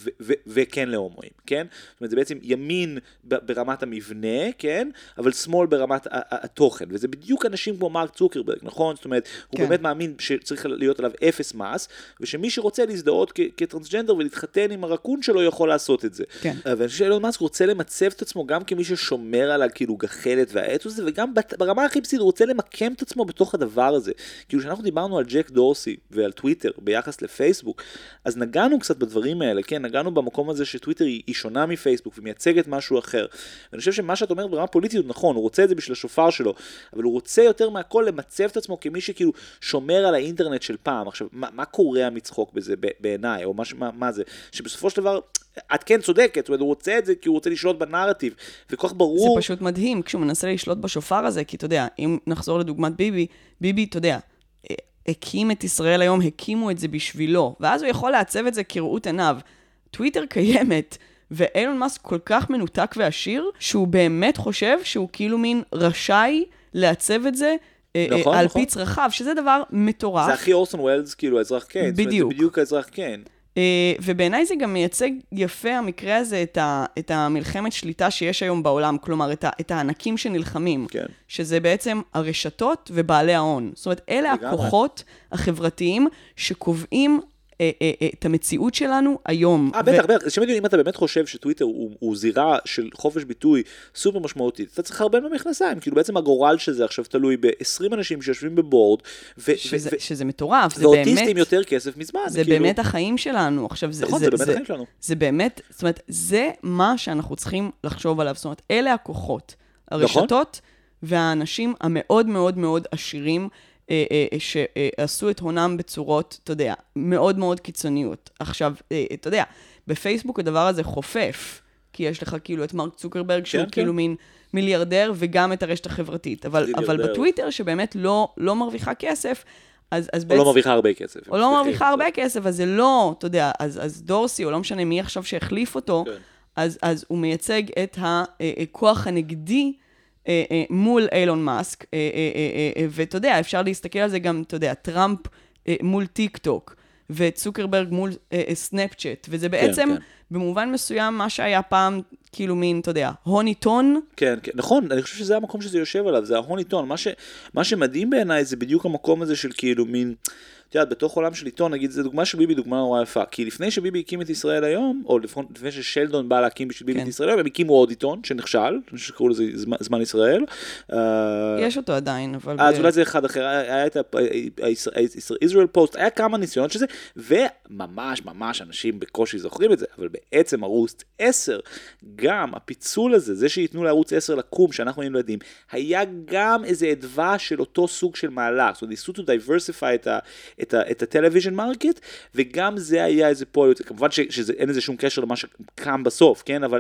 וכן להומואים, כן? זאת אומרת, זה בעצם ימין ברמת המבנה, כן? אבל שמאל ברמת התוכן. וזה בדיוק אנשים כמו מרק צוקרברג, נכון? זאת אומרת, הוא באמת מאמין שצריך להיות עליו אפס מס, ושמי שרוצה להזדהות כטרנסג'נדר ולהתחתן עם הרקון שלו יכול לעשות את זה. כן. ואני חושב שאילון מאסק רוצה למצב את עצמו גם כמי ששומר על כאילו גחלת והאתוס הזה, וגם ברמה הכי בסיסית הוא רוצה למקם את עצמו בתוך הדבר הזה. כאילו שאנחנו דיברנו על ג'ק דורסי ועל טוויטר ביחס לפייסבוק, אז נגענו קצת בדברים האלה, כן, נגענו במקום הזה שטוויטר היא שונה מפייסבוק ומייצגת משהו אחר. ואני חושב שמה שאת אומרת ברמה פוליטית הוא נכון, הוא רוצה את זה בשביל השופר שלו, אבל הוא רוצה יותר מהכל למצב את עצמו כמי שכאילו שומר על האינטרנט של פעם. עכשיו, מה קורה מצחוק בזה בעיניי, או מה זה? שבסופו של דבר את כן צודקת, זאת אומרת, הוא רוצה את זה כי הוא רוצה לשלוט בנרטיב, וכל כך ברור... זה פשוט מדהים, כשהוא מנסה לשלוט בשופר הזה, כי אתה יודע, אם נחזור לדוגמת ביבי, אתה יודע, הקים את ישראל היום, הקימו את זה בשבילו, ואז הוא יכול לעצב את זה כראות עיניו. טוויטר קיימת, ואילון מאסק כל כך מנותק ועשיר, שהוא באמת חושב שהוא כאילו מין רשאי לעצב את זה, נכון, על נכון. פי צרכיו, שזה דבר מטורף. זה הכי אורסון ווילס, כאילו, האזרח כן. בדיוק. זה בדיוק האזרח כן. ובעיניי זה גם מייצג יפה המקרה הזה את המלחמת שליטה שיש היום בעולם, כלומר את הענקים שנלחמים, כן. שזה בעצם הרשתות ובעלי ההון. זאת אומרת, אלה הכוחות החברתיים שקובעים את המציאות שלנו היום. בטח, בטח. שמעתי, אם אתה באמת חושב שטוויטר הוא זירה של חופש ביטוי סופר משמעותית, אתה צריך הרבה במכנסיים, כאילו בעצם הגורל שזה עכשיו תלוי ב-20 אנשים שיושבים בבורד, שזה מטורף, ואוטיסטים יותר כסף מזמן. זה באמת החיים שלנו. עכשיו, נכון, זה באמת החיים שלנו. זה באמת, זאת אומרת, זה מה שאנחנו צריכים לחשוב עליו. זאת אומרת, אלה הכוחות, הרשתות והאנשים המאוד מאוד מאוד עשירים, שעשו את הונם בצורות, אתה יודע, מאוד מאוד קיצוניות. עכשיו, אתה יודע, בפייסבוק הדבר הזה חופף, כי יש לך כאילו את מרק צוקרברג, שהוא כאילו מין מיליארדר, וגם את הרשת החברתית. אבל בטוויטר, שבאמת לא מרוויחה כסף, אז או לא מרוויחה הרבה כסף. או לא מרוויחה הרבה כסף, אז זה לא, אתה יודע, אז דורסי, או לא משנה מי עכשיו שהחליף אותו, אז הוא מייצג את הכוח הנגדי, מול אילון מאסק, ואתה יודע, אפשר להסתכל על זה גם, אתה יודע, טראמפ מול טיק טוק, וצוקרברג מול סנאפצ'אט, וזה בעצם במובן מסוים מה שהיה פעם, כאילו מין, אתה יודע, הוני טון. כן, כן, נכון, אני חושב שזה המקום שזה יושב עליו, זה ההוני טון, מה שמדהים בעיניי זה בדיוק המקום הזה של כאילו מין, את יודעת, בתוך עולם של עיתון, נגיד, זו דוגמה של ביבי, דוגמה נורא יפה, כי לפני שביבי הקים את ישראל היום, או לפני ששלדון בא להקים בשביל ביבי את ישראל היום, הם הקימו עוד עיתון שנכשל, שקראו לזה זמן ישראל. יש אותו עדיין, אבל... אז אולי זה אחד אחר, היה את ה-Israel Post, היה כמה ניסיונות של זה, וממש ממש אנשים בקושי זוכרים את זה, אבל בעצם ערוץ 10, גם הפיצול הזה, זה שיתנו לערוץ 10 לקום, שאנחנו היינו יודעים, היה גם איזה עדווה של אותו סוג של מהלך, זאת אומרת, ניסו to diversify את הטלוויז'ן מרקט, וגם זה היה איזה פועל, כמובן שאין איזה שום קשר למה שקם בסוף, כן? אבל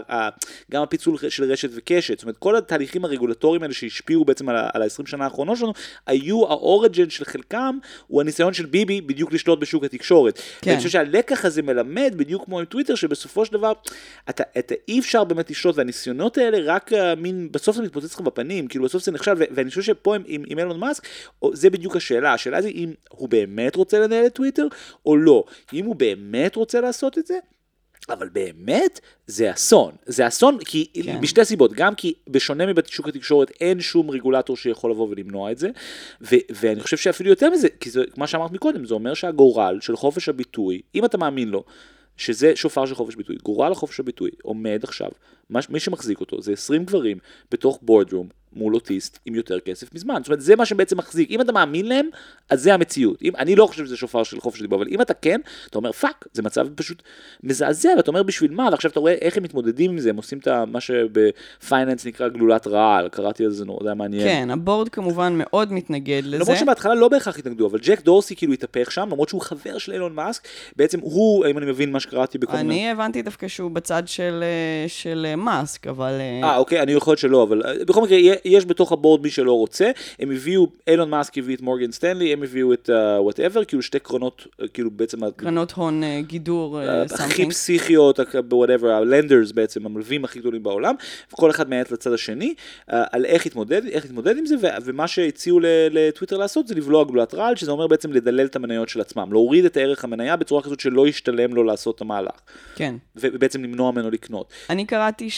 גם הפיצול של רשת וקשת, זאת אומרת, כל התהליכים הרגולטוריים האלה שהשפיעו בעצם על ה-20 שנה האחרונות שלנו, היו האוריג'ן של חלקם, הוא הניסיון של ביבי בדיוק לשלוט בשוק התקשורת. כן. ואני חושב שהלקח הזה מלמד, בדיוק כמו עם טוויטר, שבסופו של דבר, אתה אי אפשר באמת לשלוט, והניסיונות האלה רק מין, בסוף זה מתפוצץ לך בפנים, כאילו בסוף זה נכשל, ואני חושב שפה עם אילון מאסק, זה בדיוק השאלה. השאלה זה אם הוא באמת רוצה לנהל את טוויטר, או לא. אם הוא באמת רוצה לעשות את זה, אבל באמת זה אסון. זה אסון כי, כן. בשתי סיבות, גם כי בשונה מבשוק התקשורת אין שום רגולטור שיכול לבוא ולמנוע את זה, ואני חושב שאפילו יותר מזה, כי זה, מה שאמרת מקודם, זה אומר שהגורל של חופש הביטוי, אם אתה מאמין לו, שזה שופר של חופש ביטוי, גורל לחופש הביטוי עומד עכשיו, מי שמחזיק אותו זה 20 גברים בתוך בורדרום מול אוטיסט עם יותר כסף מזמן. זאת אומרת, זה מה שבעצם מחזיק. אם אתה מאמין להם, אז זה המציאות. אני לא חושב שזה שופר של חופש דיבור, אבל אם אתה כן, אתה אומר, פאק, זה מצב פשוט מזעזע, ואתה אומר בשביל מה, ועכשיו אתה רואה איך הם מתמודדים עם זה, הם עושים את מה שבפייננס נקרא גלולת רעל, קראתי על זה, זה היה מעניין. כן, הבורד כמובן מאוד מתנגד לזה. למרות שבהתחלה לא בהכרח התנגדו, אבל ג'ק דורסי כאילו התהפך שם, למרות שהוא חבר של אילון מאסק, בעצם הוא, אם אני מבין מה שקראתי בכל מיני... אני הבנתי דווקא שהוא בצד של מאסק, אבל... אוקיי, אני יכול שלא, אבל בכל מקרה, יש בתוך הבורד מי שלא רוצה, הם הביאו, אילון מאסק הביא את מורגן סטנלי, הם הביאו את whatever, כאילו שתי קרנות, כאילו בעצם... קרנות הון גידור, הכי פסיכיות, whatever, הלנדרס בעצם, המלווים הכי גדולים בעולם, וכל אחד מעט לצד השני, על איך להתמודד עם זה, ומה שהציעו לטוויטר לעשות, זה לבלוע גלולת רעל, שזה אומר בעצם לדלל את המניות של עצמם, להוריד את הערך המניה בצורה כזאת שלא ישתלם לו לעשות את המהלך. כן. ובעצם למנוע ממנו לקנות. אני קראתי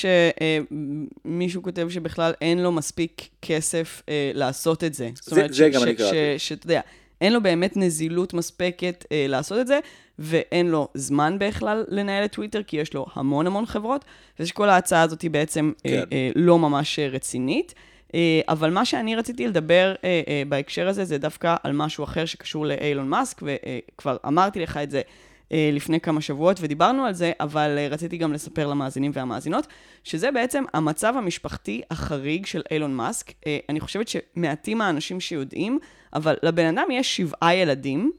שמישהו כותב שבכלל אין לו מספיק כסף לעשות את זה. זה גם אני קראתי. שאתה יודע, אין לו באמת נזילות מספקת לעשות את זה, ואין לו זמן בכלל לנהל את טוויטר, כי יש לו המון המון חברות, ושכל ההצעה הזאת היא בעצם לא ממש רצינית. אבל מה שאני רציתי לדבר בהקשר הזה, זה דווקא על משהו אחר שקשור לאילון מאסק, וכבר אמרתי לך את זה לפני כמה שבועות, ודיברנו על זה, אבל רציתי גם לספר למאזינים והמאזינות, שזה בעצם המצב המשפחתי החריג של אילון מאסק. אני חושבת שמעטים האנשים שיודעים, אבל לבן אדם יש 7 ילדים.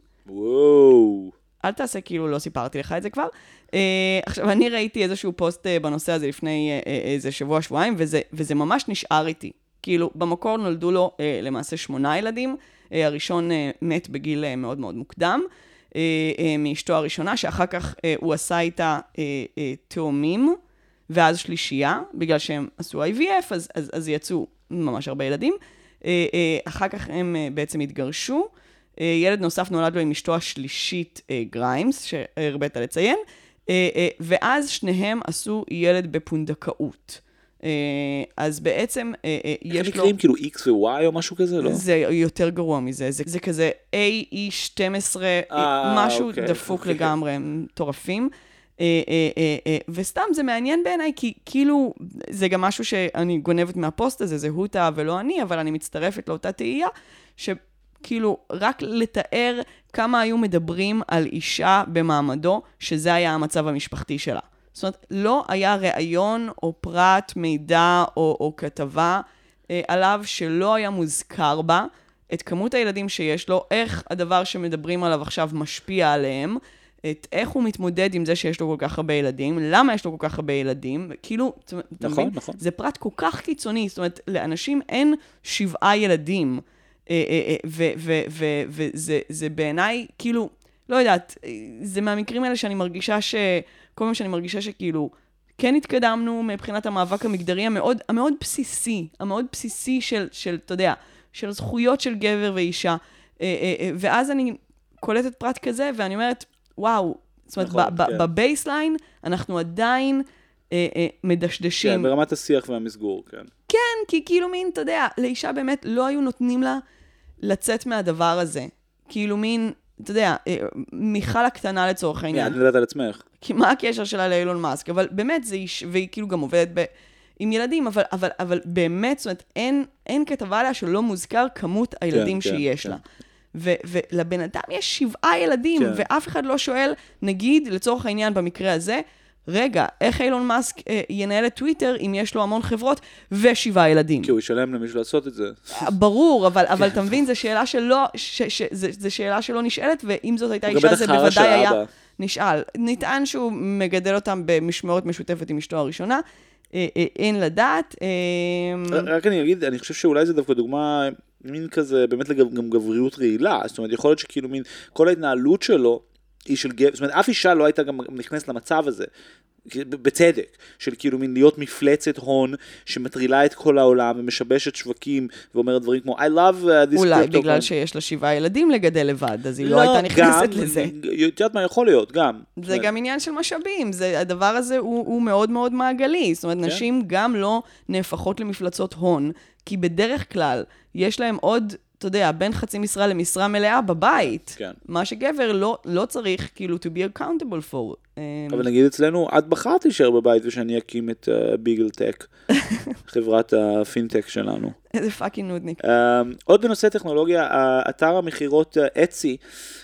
וואו. אל תעשה כאילו לא סיפרתי לך את זה כבר. עכשיו, אני ראיתי איזשהו פוסט בנושא הזה לפני איזה שבוע-שבועיים, וזה ממש נשאר איתי. כאילו, במקור נולדו לו למעשה 8 ילדים, הראשון מת בגיל מאוד מאוד מוקדם, מאשתו הראשונה, שאחר כך הוא עשה איתה תאומים, ואז שלישייה, בגלל שהם עשו IVF, אז יצאו ממש הרבה ילדים. אחר כך הם בעצם התגרשו. ילד נוסף נולד לו עם אשתו השלישית גריימס, שהרבאת לציין, ואז שניהם עשו ילד בפונדקאות. אז בעצם יש לו... איך נקראים כאילו X ו-Y או משהו כזה, לא? זה יותר גרוע מזה, זה כזה AE12, משהו דפוק לגמרי, מטורפים. וסתם זה מעניין בעיניי, כי כאילו זה גם משהו שאני גונבת מהפוסט הזה, זה הוטה ולא אני, אבל אני מצטרפת לאותה תהייה, שכאילו רק לתאר כמה היו מדברים על אישה במעמדו, שזה היה המצב המשפחתי שלה. זאת אומרת, לא היה ראיון או פרט, מידע או כתבה עליו שלא היה מוזכר בה, את כמות הילדים שיש לו, איך הדבר שמדברים עליו עכשיו משפיע עליהם, את איך הוא מתמודד עם זה שיש לו כל כך הרבה ילדים, למה יש לו כל כך הרבה ילדים, כאילו, אתה מבין? נכון. זה פרט כל כך קיצוני, זאת אומרת, לאנשים אין 7 ילדים, וזה בעיניי, כאילו, לא יודעת, זה מהמקרים האלה שאני מרגישה כל פעם שאני מרגישה שכאילו, כן התקדמנו מבחינת המאבק המגדרי המאוד בסיסי של, אתה יודע, של זכויות של גבר ואישה, ואז אני קולטת פרט כזה, ואני אומרת, וואו, זאת אומרת, בבייסליין אנחנו עדיין מדשדשים. כן, ברמת השיח והמסגור, כן. כן, כי כאילו מין, אתה יודע, לאישה באמת לא היו נותנים לה לצאת מהדבר הזה. כאילו מין, אתה יודע, מיכל הקטנה לצורך העניין. את יודעת על עצמך. כי מה הקשר שלה לאילון מאסק? אבל באמת זה והיא כאילו גם עובדת עם ילדים, אבל באמת, זאת אומרת, אין כתבה עליה שלא מוזכר כמות הילדים שיש לה. ולבן אדם יש 7 ילדים, ואף אחד לא שואל, נגיד, לצורך העניין במקרה הזה, רגע, איך אילון מאסק ינהל את טוויטר אם יש לו המון חברות ו7 ילדים? כי הוא ישלם למישהו לעשות את זה. ברור, אבל אתה מבין, זו שאלה שלא נשאלת, ואם זאת הייתה אישה, זה בוודאי היה נשאל. נטען שהוא מגדל אותם במשמורת משותפת עם אשתו הראשונה, אין לדעת. רק אני אגיד, אני חושב שאולי זה דווקא דוגמה, מין כזה, באמת גם גבריות רעילה, זאת אומרת, יכול להיות שכאילו מין, כל ההתנהלות שלו, היא של גבר, זאת אומרת, אף אישה לא הייתה גם נכנסת למצב הזה, בצדק, של כאילו מין להיות מפלצת הון, שמטרילה את כל העולם, ומשבשת שווקים, ואומרת דברים כמו, I love this אולי בגלל שיש לה 7 ילדים לגדל לבד, אז היא לא הייתה נכנסת לזה. יודעת מה יכול להיות, גם. זה גם עניין של משאבים, הדבר הזה הוא מאוד מאוד מעגלי, זאת אומרת, נשים גם לא נהפכות למפלצות הון, כי בדרך כלל יש להם עוד, אתה יודע, בין חצי משרה למשרה מלאה בבית. כן. מה שגבר לא צריך, כאילו, to be accountable for. אבל נגיד אצלנו, את בחרת להישאר בבית ושאני אקים את ביגל טק, חברת הפינטק שלנו. איזה פאקינג נודניק. עוד בנושא טכנולוגיה, אתר המחירות אצי,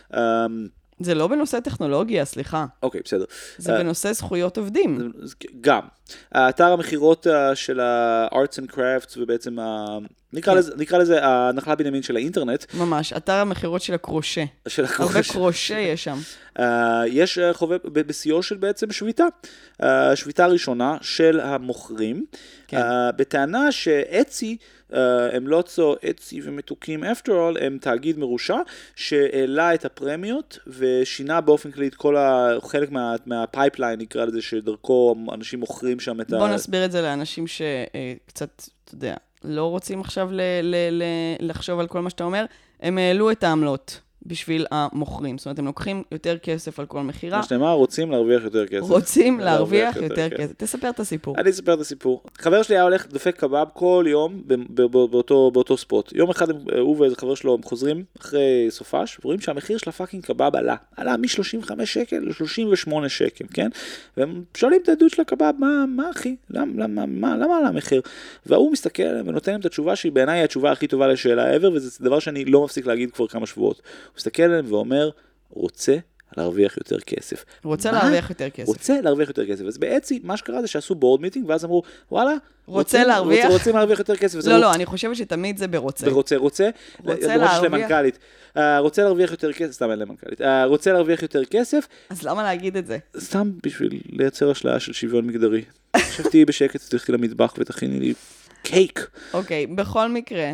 זה לא בנושא טכנולוגיה, סליחה. אוקיי, בסדר. זה בנושא זכויות עובדים. גם. האתר המחירות של ה-Arts and Crafts, ובעצם, נקרא לזה הנחלה בנימין של האינטרנט. ממש, אתר המחירות של הקרושה. הרבה קרושה יש שם. יש חווה בשיאו של בעצם שביתה. שביתה ראשונה של המוכרים, בטענה שאצי, הם לא אצי ומתוקים after all, הם תאגיד מרושע, שהעלה את הפרמיות, ושינה באופן כללי את כל חלק מהפייפליין, נקרא לזה, שדרכו אנשים מוכרים שם את בוא נסביר את זה לאנשים שקצת, אתה יודע, לא רוצים עכשיו לחשוב על כל מה שאתה אומר, הם העלו את העמלות בשביל המוכרים. זאת אומרת, הם לוקחים יותר כסף על כל מחירה. מה שנאמר, רוצים להרוויח יותר כסף. רוצים להרוויח יותר כסף. תספר את הסיפור. אני אספר את הסיפור. חבר שלי היה הולך דופק קבב כל יום באותו ספוט. יום אחד הוא ואיזה חבר שלו הם חוזרים אחרי סופש, ורואים שהמחיר של הפאקינג קבב עלה מ-35 שקל ל-38 שקל, כן? והם שואלים את העדות של הקבב, מה אחי? למה עלה המחיר? והוא מסתכל עליהם ונותן להם את התשובה שהיא בעיניי התשובה הכי טובה לשאלה ever, וזה דבר שאני לא מפסיק להגיד כבר כמה שבועות. הוא מסתכל עליהם ואומר, רוצה להרוויח יותר כסף. רוצה להרוויח יותר כסף. רוצה להרוויח יותר כסף. אז בעצם, מה שקרה זה שעשו בורד מיטינג, ואז אמרו, וואלה, רוצים להרוויח יותר כסף. לא, אני חושבת שתמיד זה ברוצה. רוצה להרוויח. רוצה להרוויח יותר כסף, סתם אין למנכ"לית. רוצה להרוויח יותר כסף. אז למה להגיד את זה? סתם בשביל לייצר השלאה של שוויון מגדרי. עכשיו תהיי בשקט, תלכי למטבח ותכיני לי קייק. אוקיי, בכל מקרה,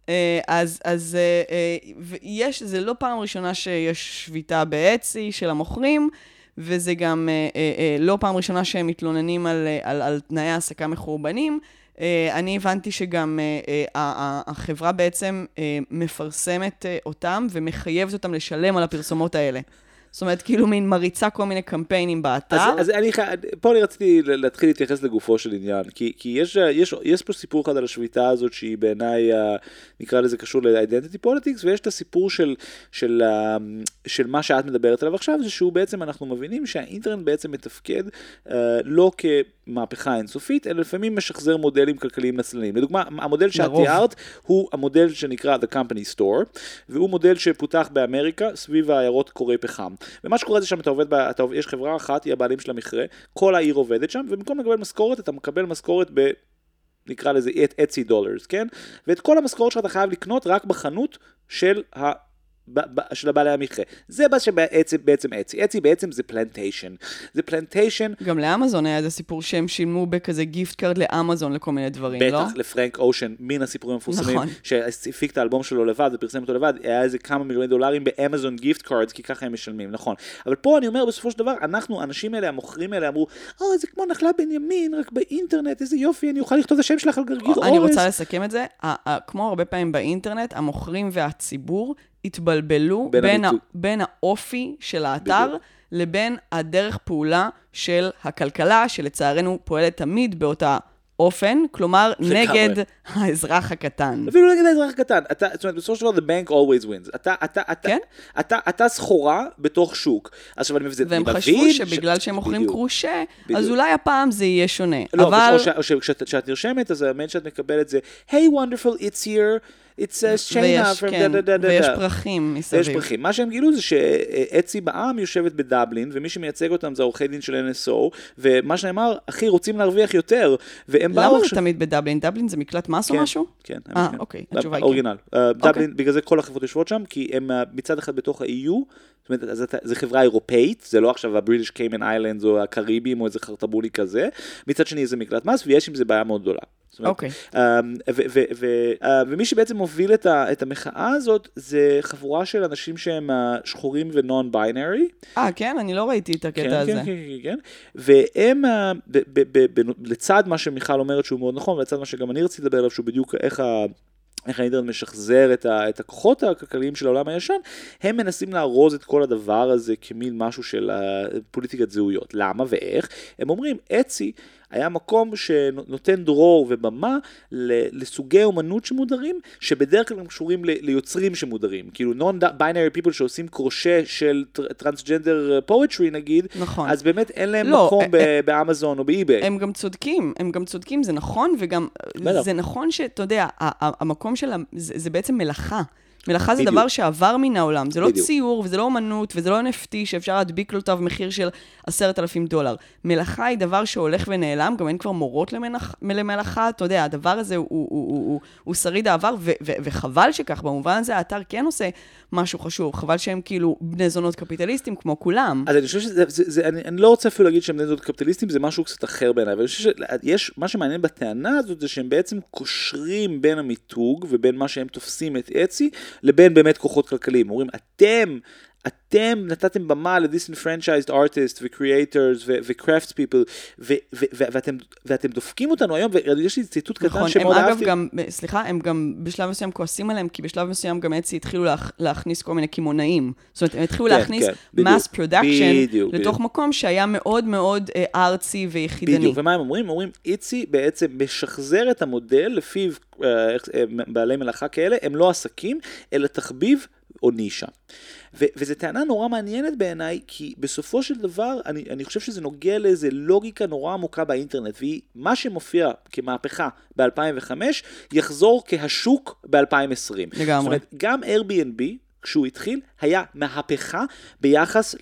אז זה לא פעם ראשונה שיש שביתה באצי של המוכרים, וזה גם לא פעם ראשונה שהם מתלוננים על תנאי העסקה מחורבנים. אני הבנתי שגם החברה בעצם מפרסמת אותם ומחייבת אותם לשלם על הפרסומות האלה. זאת אומרת, כאילו מין מריצה כל מיני קמפיינים באתר. אז פה אני רציתי להתחיל להתייחס לגופו של עניין, כי יש פה סיפור אחד על השביתה הזאת, שהיא בעיניי, נקרא לזה קשור ל-identity politics, ויש את הסיפור של מה שאת מדברת עליו עכשיו, זה שהוא בעצם, אנחנו מבינים שהאינטרנט בעצם מתפקד לא כמהפכה אינסופית, אלא לפעמים משחזר מודלים כלכליים נצלנים. לדוגמה, המודל שאת תיארת, הוא המודל שנקרא The Company Store, והוא מודל שפותח באמריקה, סביב העיירות קורי פחם. ומה שקורה זה שם, יש חברה אחת, היא הבעלים של המכרה, כל העיר עובדת שם, ובמקום לקבל משכורת, אתה מקבל משכורת נקרא לזה $80, כן? ואת כל המשכורת שאתה חייב לקנות רק בחנות של הבעלי המכרה. זה בעצם אצי בעצם זה פלנטיישן. זה פלנטיישן. גם לאמזון היה איזה סיפור שהם שילמו בכזה גיפט קארד לאמזון לכל מיני דברים, לא? בטח, לפרנק אושן, מן הסיפורים המפורסמים, שהפיק את האלבום שלו לבד ופרסם אותו לבד, היה איזה כמה מיליוני דולרים באמזון גיפט קארדס, כי ככה הם משלמים, נכון. אבל פה אני אומר, בסופו של דבר, האנשים האלה, המוכרים האלה, אמרו, זה כמו נחלה בנימין, רק באינטרנט, איזה יופי, אני אוכל לכתוב את השם שלך על גרגיר אורז. אני רוצה לסכם את זה, כמו הרבה פעמים באינטרנט, המוכרים והציבור התבלבלו בין האופי של האתר לבין הדרך פעולה של הכלכלה, שלצערנו פועלת תמיד באותה אופן, כלומר נגד האזרח הקטן. אפילו נגד האזרח הקטן. זאת אומרת, בסופו של דבר, the bank always wins. אתה סחורה בתוך שוק. והם חשבו שבגלל שהם מוכרים קרושה, אז אולי הפעם זה יהיה שונה. לא, או כשאת נרשמת, אז האמן שאת מקבלת זה, hey wonderful, it's here, it says China from ויש פרחים מסביב. ויש פרחים. מה שהם גילו זה שאצי בעם יושבת בדבלין, ומי שמייצג אותם זה עורכי דין של NSO, ומה שנאמר, אחי, רוצים להרוויח יותר, והם באו... למה זה תמיד בדבלין? דבלין זה מקלט מס או משהו? כן. אוקיי, התשובה היא כן. אורגינל. דבלין, בגלל זה כל החברות יושבות שם, כי הם מצד אחד בתוך ה-EU, זאת אומרת, זו חברה אירופאית, זה לא עכשיו הבריטיש קיימן איילנדס או הקריבים או איזה חרטבולי כזה, מצד שני זה מקלט מס, ויש עם זה בעיה מאוד גדולה. אוקיי. ומי שבעצם מוביל את המחאה הזאת, זה חבורה של אנשים שהם שחורים ונון-ביינרי. כן? אני לא ראיתי את הקטע הזה. כן. והם, לצד מה שמיכל אומרת שהוא מאוד נכון, ולצד מה שגם אני רציתי לדבר עליו, שהוא בדיוק איך האינטרנט משחזר את הכוחות הכלכליים של העולם הישן, הם מנסים לארוז את כל הדבר הזה כמין משהו של פוליטיקת זהויות. למה ואיך? הם אומרים, אצי היה מקום שנותן דרור ובמה לסוגי אומנות שמודרים, שבדרך כלל הם קשורים ליוצרים שמודרים. כאילו non-binary people שעושים קרושה של טרנסג'נדר פואטרי נגיד, נכון. אז באמת אין להם מקום באמזון או באיביי. הם גם צודקים, זה נכון, וגם זה נכון שאתה יודע, המקום שלה, זה בעצם מלאכה. מלאכה זה דבר שעבר מן העולם, זה לא ציור, וזה לא אומנות, וזה לא NFT שאפשר להדביק לו אותה במחיר של $10,000. מלאכה היא דבר שהולך ונעלם, גם אין כבר מורות למלאכה, אתה יודע, הדבר הזה הוא שריד העבר, וחבל שכך, במובן הזה האתר כן עושה משהו חשוב, חבל שהם כאילו בני זונות קפיטליסטים כמו כולם. אז אני חושב אני לא רוצה אפילו להגיד שהם בני זונות קפיטליסטים, זה משהו קצת אחר בעיניי, אבל אני חושב שיש, מה שמעניין בטענה הזאת, זה שהם בעצם קושרים בין המיתוג, ובין מה שהם תופסים את אצי, לבין באמת כוחות כלכליים. אומרים, אתם נתתם במה ל-disenfranchised artists ו-creators ו-crafts people, ואתם דופקים אותנו היום, ויש לי ציטוט קטן שמאוד אהבתי. הם גם בשלב מסוים כועסים עליהם, כי בשלב מסוים גם אצי התחילו להכניס כל מיני כימונאים. זאת אומרת, הם התחילו להכניס mass production לתוך מקום שהיה מאוד מאוד ארצי ויחידני. בדיוק, ומה הם אומרים? אומרים, אצי בעצם משחזר את המודל לפיו בעלי מלאכה כאלה, הם לא עסקים, אלא תחביב או נישה. וזו טענה נורא מעניינת בעיניי, כי בסופו של דבר, אני חושב שזה נוגע לאיזו לוגיקה נורא עמוקה באינטרנט, והיא, מה שמופיע כמהפכה ב-2005, יחזור כהשוק ב-2020. לגמרי. זאת אומרת, גם Airbnb, כשהוא התחיל, היה מהפכה ביחס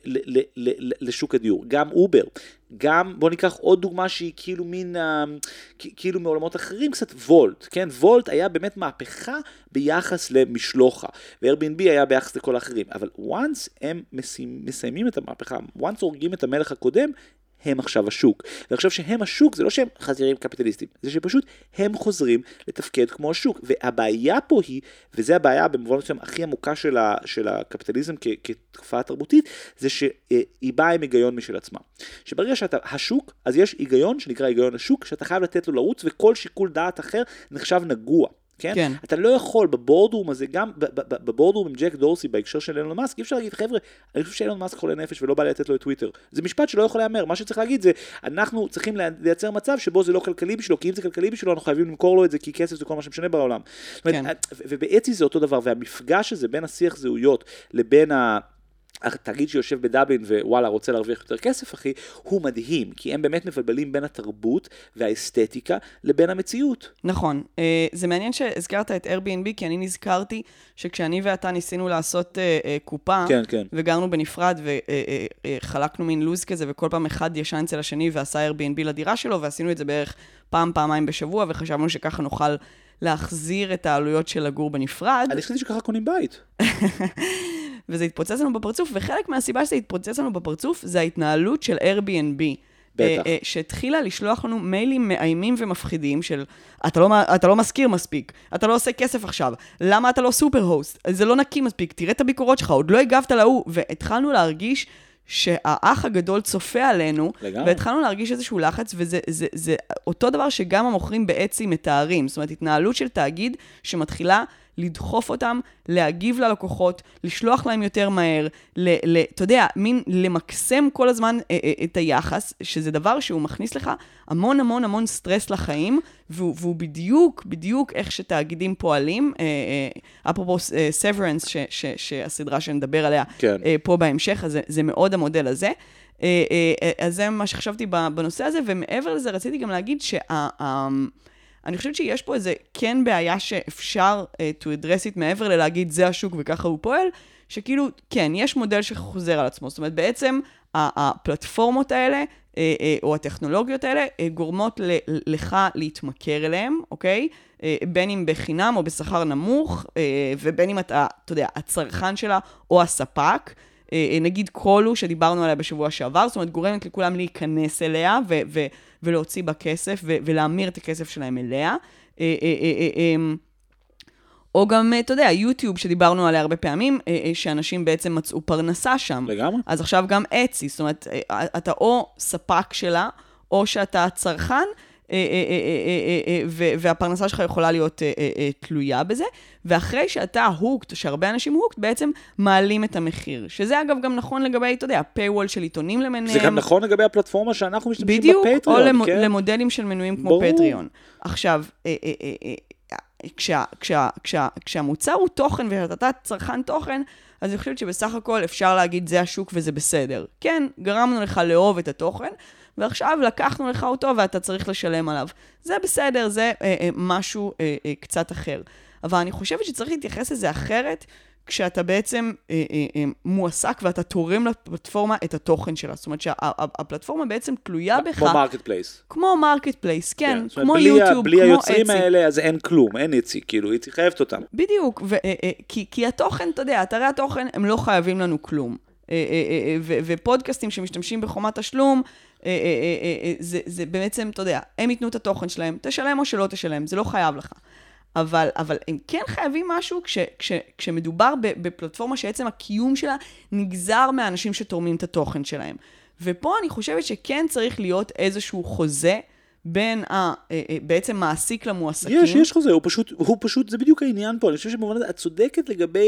לשוק הדיור. גם אובר. גם, בוא ניקח עוד דוגמה שהיא כאילו כאילו מעולמות אחרים, קצת וולט, כן? וולט היה באמת מהפכה ביחס למשלוחה, ו-Airbnb היה ביחס לכל האחרים. אבל once הם מסיימים את המהפכה, once הורגים את המלך הקודם, הם עכשיו השוק. ועכשיו שהם השוק, זה לא שהם חזירים קפיטליסטים, זה שפשוט הם חוזרים לתפקד כמו השוק. והבעיה פה היא, וזה הבעיה במובן מסוים הכי עמוקה של הקפיטליזם כתקופה תרבותית, זה שהיא באה עם היגיון משל עצמה. שברגע שאתה השוק, אז יש היגיון שנקרא היגיון השוק, שאתה חייב לתת לו לרוץ, וכל שיקול דעת אחר נחשב נגוע. כן? כן. אתה לא יכול בבורדרום הזה, גם בבורדרום עם ג'ק דורסי, בהקשר של אילון מאסק, אי אפשר להגיד, חבר'ה, אני חושב שאילון מאסק חולה נפש ולא בא לתת לו את טוויטר. זה משפט שלא יכול להיאמר. מה שצריך להגיד זה, אנחנו צריכים לייצר מצב שבו זה לא כלכלי בשבילו, כי אם זה כלכלי בשבילו, אנחנו חייבים למכור לו את זה, כי כסף זה כל מה שמשנה בעולם. כן. ובעצם זה אותו דבר, והמפגש הזה בין השיח זהויות לבין התאגיד שיושב בדבלין ווואלה רוצה להרוויח יותר כסף אחי, הוא מדהים, כי הם באמת מבלבלים בין התרבות והאסתטיקה לבין המציאות. נכון. זה מעניין שהזכרת את Airbnb, כי אני נזכרתי שכשאני ואתה ניסינו לעשות קופה, כן, כן. וגרנו בנפרד וחלקנו מין לוז כזה, וכל פעם אחד ישן אצל השני ועשה Airbnb לדירה שלו, ועשינו את זה בערך פעמיים בשבוע, וחשבנו שככה נוכל להחזיר את העלויות של לגור בנפרד. אני חושבת שככה קונים בית. וזה התפוצץ לנו בפרצוף, וחלק מהסיבה שזה התפוצץ לנו בפרצוף, זה ההתנהלות של Airbnb. בטח. שהתחילה לשלוח לנו מיילים מאיימים ומפחידים של, אתה לא מזכיר מספיק, אתה לא עושה כסף עכשיו, למה אתה לא סופר הוסט? זה לא נקי מספיק, תראה את הביקורות שלך, עוד לא הגבת להוא, והתחלנו להרגיש שהאח הגדול צופה עלינו, לגמרי. והתחלנו להרגיש איזשהו לחץ, וזה אותו דבר שגם המוכרים בעצם מתארים, זאת אומרת, התנהלות של תאגיד שמתחילה לדחוף אותם, להגיב ללקוחות, לשלוח להם יותר מהר, אתה יודע, מין למקסם כל הזמן את היחס, שזה דבר שהוא מכניס לך המון המון המון סטרס לחיים, והוא בדיוק איך שתאגידים פועלים, אפרופו Severance, שהסדרה שנדבר עליה כן. פה בהמשך, אז זה מאוד המודל הזה. אז זה מה שחשבתי בנושא הזה, ומעבר לזה רציתי גם להגיד אני חושבת שיש פה איזה כן בעיה שאפשר to address it מעבר ללהגיד זה השוק וככה הוא פועל, שכאילו כן, יש מודל שחוזר על עצמו. זאת אומרת, בעצם הפלטפורמות האלה, או הטכנולוגיות האלה, גורמות לך להתמכר אליהם, אוקיי? בין אם בחינם או בשכר נמוך, ובין אם אתה יודע, הצרכן שלה או הספק, נגיד קולו שדיברנו עליה בשבוע שעבר, זאת אומרת, גורמת לכולם להיכנס אליה ולהוציא בה כסף ולהמיר את הכסף שלהם אליה. או גם, אתה יודע, יוטיוב שדיברנו עליה הרבה פעמים, שאנשים בעצם מצאו פרנסה שם. לגמרי. אז עכשיו גם אצי, זאת אומרת, אתה או ספק שלה, או שאתה צרכן, והפרנסה שלך יכולה להיות תלויה בזה, ואחרי שאתה הוקט, שהרבה אנשים הוקט, בעצם מעלים את המחיר. שזה אגב גם נכון לגבי, אתה יודע, paywall של עיתונים למיניהם. זה גם נכון לגבי הפלטפורמה שאנחנו משתמשים בפטריון. בפטריון. בדיוק, או למודלים של מנויים כמו פטריון. עכשיו, כשהמוצר הוא תוכן ואתה צרכן תוכן, אז אני חושבת שבסך הכל אפשר להגיד זה השוק וזה בסדר. כן, גרמנו לך לאהוב את התוכן, ועכשיו לקחנו לך אותו ואתה צריך לשלם עליו. זה בסדר, זה משהו קצת אחר. אבל אני חושבת שצריך להתייחס לזה אחרת, כשאתה בעצם מועסק ואתה תורם לפלטפורמה את התוכן שלה. זאת אומרת שהפלטפורמה בעצם תלויה בך. כמו מרקט פלייס. כמו מרקט פלייס, כן. כמו יוטיוב, בלי היוצרים האלה, אז אין כלום, אין יצי, כאילו, יצי חייבת אותם. בדיוק, כי התוכן, אתה יודע, אתרי התוכן, הם לא חייבים לנו כלום. ופודקאסטים שמשתמשים בחומת תשלום, זה בעצם, אתה יודע, הם ייתנו את התוכן שלהם, תשלם או שלא תשלם, זה לא חייב לך. אבל הם כן חייבים משהו כשמדובר בפלטפורמה שעצם הקיום שלה נגזר מהאנשים שתורמים את התוכן שלהם. ופה אני חושבת שכן צריך להיות איזשהו חוזה בין בעצם מעסיק למועסקים. יש חוזה, הוא פשוט, זה בדיוק העניין פה. אני חושב שבמובן הזה, את צודקת לגבי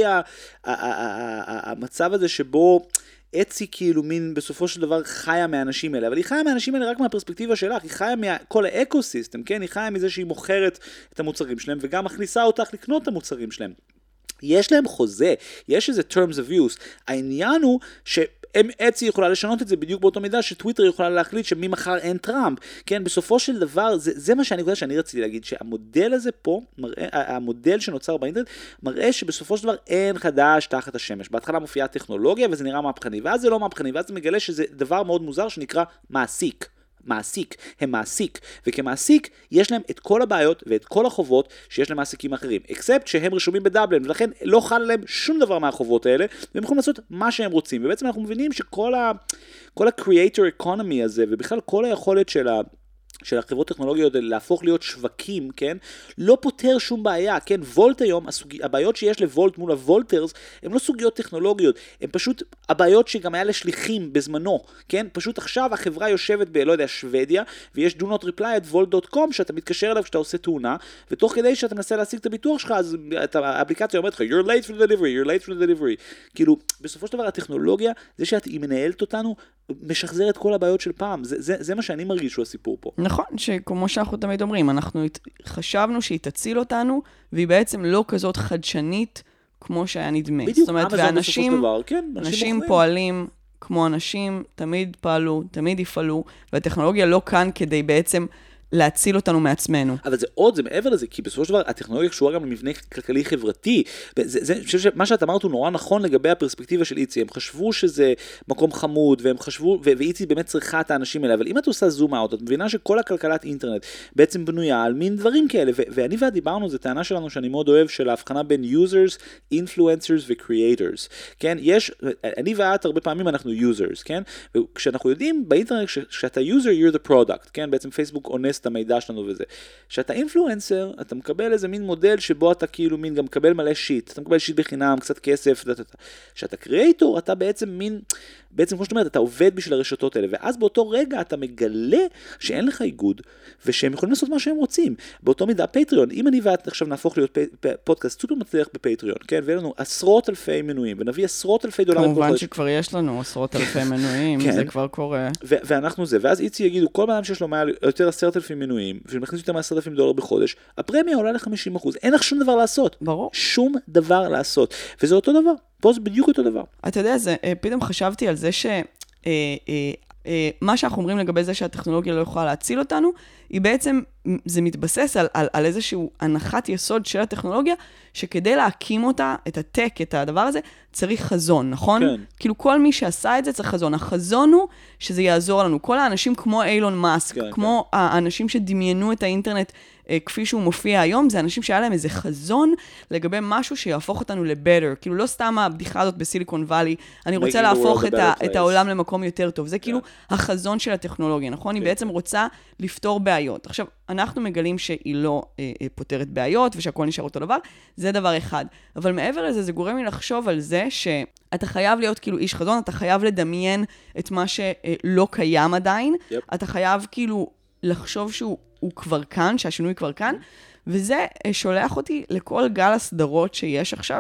המצב הזה שבו אצי כאילו מין בסופו של דבר חיה מהאנשים האלה, אבל היא חיה מהאנשים האלה רק מהפרספקטיבה שלך, היא חיה מכל האקוסיסטם, כן? היא חיה מזה שהיא מוכרת את המוצרים שלהם, וגם מכניסה אותך לקנות את המוצרים שלהם. יש להם חוזה, יש איזה terms of use. העניין הוא אצי יכולה לשנות את זה בדיוק באותו מידה שטוויטר יכולה להחליט שממחר אין טראמפ. כן, בסופו של דבר, זה מה שאני רציתי להגיד, שהמודל הזה פה, המודל שנוצר באינטרנט, מראה שבסופו של דבר אין חדש תחת השמש. בהתחלה מופיעה טכנולוגיה וזה נראה מהפכני, ואז זה לא מהפכני, ואז זה מגלה שזה דבר מאוד מוזר שנקרא מעסיק. מעסיק, הם מעסיק, וכמעסיק יש להם את כל הבעיות ואת כל החובות שיש למעסיקים אחרים, אקספט שהם רשומים בדבלן, ולכן לא חל עליהם שום דבר מהחובות האלה, והם יכולים לעשות מה שהם רוצים, ובעצם אנחנו מבינים שכל ה-creator economy הזה, ובכלל כל היכולת של החברות טכנולוגיות להפוך להיות שווקים, כן? לא פותר שום בעיה, כן? וולט היום, הבעיות שיש לוולט מול הוולטרס, הן לא סוגיות טכנולוגיות, הן פשוט הבעיות שגם היה לשליחים בזמנו, כן? פשוט עכשיו החברה יושבת לא יודע, שוודיה, ויש do not reply at volt.com, שאתה מתקשר אליו כשאתה עושה תאונה, ותוך כדי שאתה מנסה להשיג את הביטוח שלך, אז האפליקציה אומרת לך, you're late for the delivery, you're late for the delivery. כאילו, בסופו של דבר הטכנולוגיה, זה שהיא מנהלת אותנו, משחזר את כל הבעיות של פעם. זה מה שאני מרגיש שהוא הסיפור פה. נכון, שכמו שאנחנו תמיד אומרים, אנחנו חשבנו שהיא תציל אותנו, והיא בעצם לא כזאת חדשנית, כמו שהיה נדמה. בדיוק, זאת אומרת, ואנשים אנשים פועלים כמו אנשים, תמיד פעלו, תמיד יפעלו, והטכנולוגיה לא כאן כדי בעצם להציל אותנו מעצמנו. אבל זה מעבר לזה, כי בסופו של דבר, הטכנולוגיה קשורה גם למבנה כלכלי חברתי. אני חושב שמה שאת אמרת הוא נורא נכון לגבי הפרספקטיבה של איצי. הם חשבו שזה מקום חמוד, והם חשבו, ואיצי באמת צריכה את האנשים האלה. אבל אם את עושה זום אאוט, את מבינה שכל הכלכלת אינטרנט בעצם בנויה על מין דברים כאלה. ואני ואת דיברנו, זו טענה שלנו שאני מאוד אוהב, של ההבחנה בין users, influencers ו-creators. כן? אני ואת הרבה פעמים אנחנו users, כן? וכשאנחנו יודעים באינטרנט, כשאתה user, you're the product, כן? בעצם פייסבוק אונס את המידע שלנו וזה. שאתה אינפלואנסר, אתה מקבל איזה מין מודל שבו אתה כאילו מין גם מקבל מלא שיט. אתה מקבל שיט בחינם, קצת כסף. שאתה קריאטור, אתה בעצם כמו שאת אומרת, אתה עובד בשביל הרשתות האלה, ואז באותו רגע אתה מגלה שאין לך איגוד, ושהם יכולים לעשות מה שהם רוצים. באותו מידה, פטריון, אם אני ואת עכשיו נהפוך להיות פודקאסט סופר מצליח בפטריון, כן, ויהיה לנו עשרות אלפי מנויים, ונביא עשרות אלפי דולרים. כמובן שכבר יש לנו עשרות אלפי מנויים, זה כבר קורה. ואנחנו זה, ואז איצי יגידו, כל בן שיש לו יותר 10,000 מנויים, ומכניס יותר $10,000 בחודש, הפרמיה עולה ל-50%. אין לך שום דבר לעשות. ברור. שום דבר לעשות. וזה אותו דבר. פה זה בדיוק אותו דבר. אתה יודע, פתאום חשבתי על זה מה שאנחנו אומרים לגבי זה שהטכנולוגיה לא יכולה להציל אותנו, היא בעצם, זה מתבסס על איזשהו הנחת יסוד של הטכנולוגיה, שכדי להקים אותה, את הטק, את הדבר הזה, צריך חזון, נכון? כן. כאילו כל מי שעשה את זה צריך חזון. החזון הוא שזה יעזור לנו. כל האנשים כמו אילון מאסק, כן, כמו כן. האנשים שדמיינו את האינטרנט, כפי שהוא מופיע היום, זה אנשים שהיה להם איזה חזון לגבי משהו שיהפוך אותנו לבטר. כאילו לא סתם הבדיחה הזאת בסיליקון ואלי, אני רוצה להפוך את העולם למקום יותר טוב. זה כאילו החזון של הטכנולוגיה, נכון? היא בעצם רוצה לפתור בעיות. עכשיו, אנחנו מגלים שהיא לא פותרת בעיות, ושהכל נשאר אותו דבר, זה דבר אחד. אבל מעבר לזה, זה גורם לי לחשוב על זה שאתה חייב להיות כאילו איש חזון, אתה חייב לדמיין את מה שלא קיים עדיין, אתה חייב כאילו לחשוב שהוא כבר כאן, שהשינוי כבר כאן, וזה שולח אותי לכל גל הסדרות שיש עכשיו,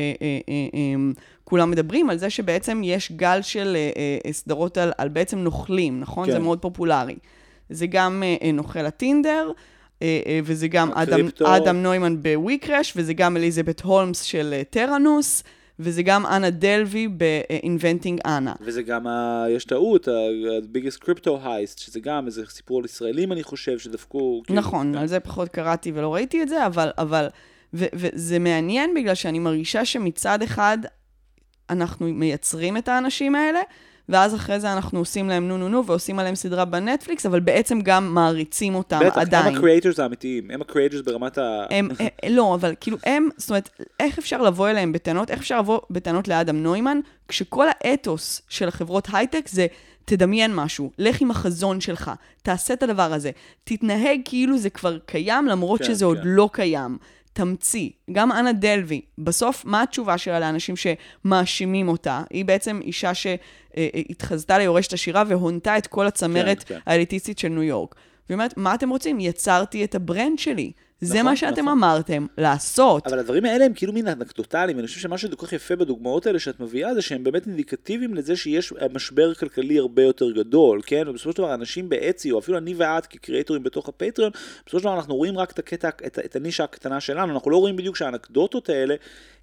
שכולם מדברים על זה שבעצם יש גל של סדרות על בעצם נוכלים, נכון? כן. זה מאוד פופולרי. זה גם נוכל הטינדר, וזה גם אדם נוימן בוויקרש, וזה גם אליזבת הולמס של טרנוס, וזה גם אנה דלווי ב-Inventing Anna. וזה גם, יש טעות, ה-biggest crypto heist, שזה גם איזה סיפור על ישראלים, אני חושב, שדפקו... נכון, על זה פחות קראתי ולא ראיתי את זה, אבל וזה מעניין בגלל שאני מרגישה שמצד אחד אנחנו מייצרים את האנשים האלה, ואז אחרי זה אנחנו עושים להם נו, ועושים עליהם סדרה בנטפליקס, אבל בעצם גם מעריצים אותם עדיין. בטח, הם הקריאטורס האמיתיים, הם הקריאטורס ברמת ה... לא, אבל כאילו זאת אומרת, איך אפשר לבוא אליהם בטענות, איך אפשר לבוא בטענות לאדם נוימן, כשכל האתוס של החברות הייטק זה, תדמיין משהו, לך עם החזון שלך, תעשה את הדבר הזה, תתנהג כאילו זה כבר קיים, למרות שזה עוד לא קיים. תמציא, גם אנה דלווי, בסוף מה התשובה שלה לאנשים שמאשימים אותה? היא בעצם אישה שהתחזתה ליורשת השירה והונתה את כל הצמרת האליטיסטית של ניו יורק. והיא אומרת, מה אתם רוצים? יצרתי את הברנד שלי. זה מה שאתם אמרתם, לעשות. אבל הדברים האלה הם כאילו מין אנקדוטליים, ואני חושב שמה שכל כך יפה בדוגמאות האלה שאת מביאה, זה שהם באמת אינדיקטיביים לזה שיש משבר כלכלי הרבה יותר גדול, כן? ובסופו של דבר, אנשים באצי, או אפילו אני ואת כקריאטורים בתוך הפטריון, בסופו של דבר אנחנו רואים רק את הנישה הקטנה שלנו, אנחנו לא רואים בדיוק שהאנקדוטות האלה,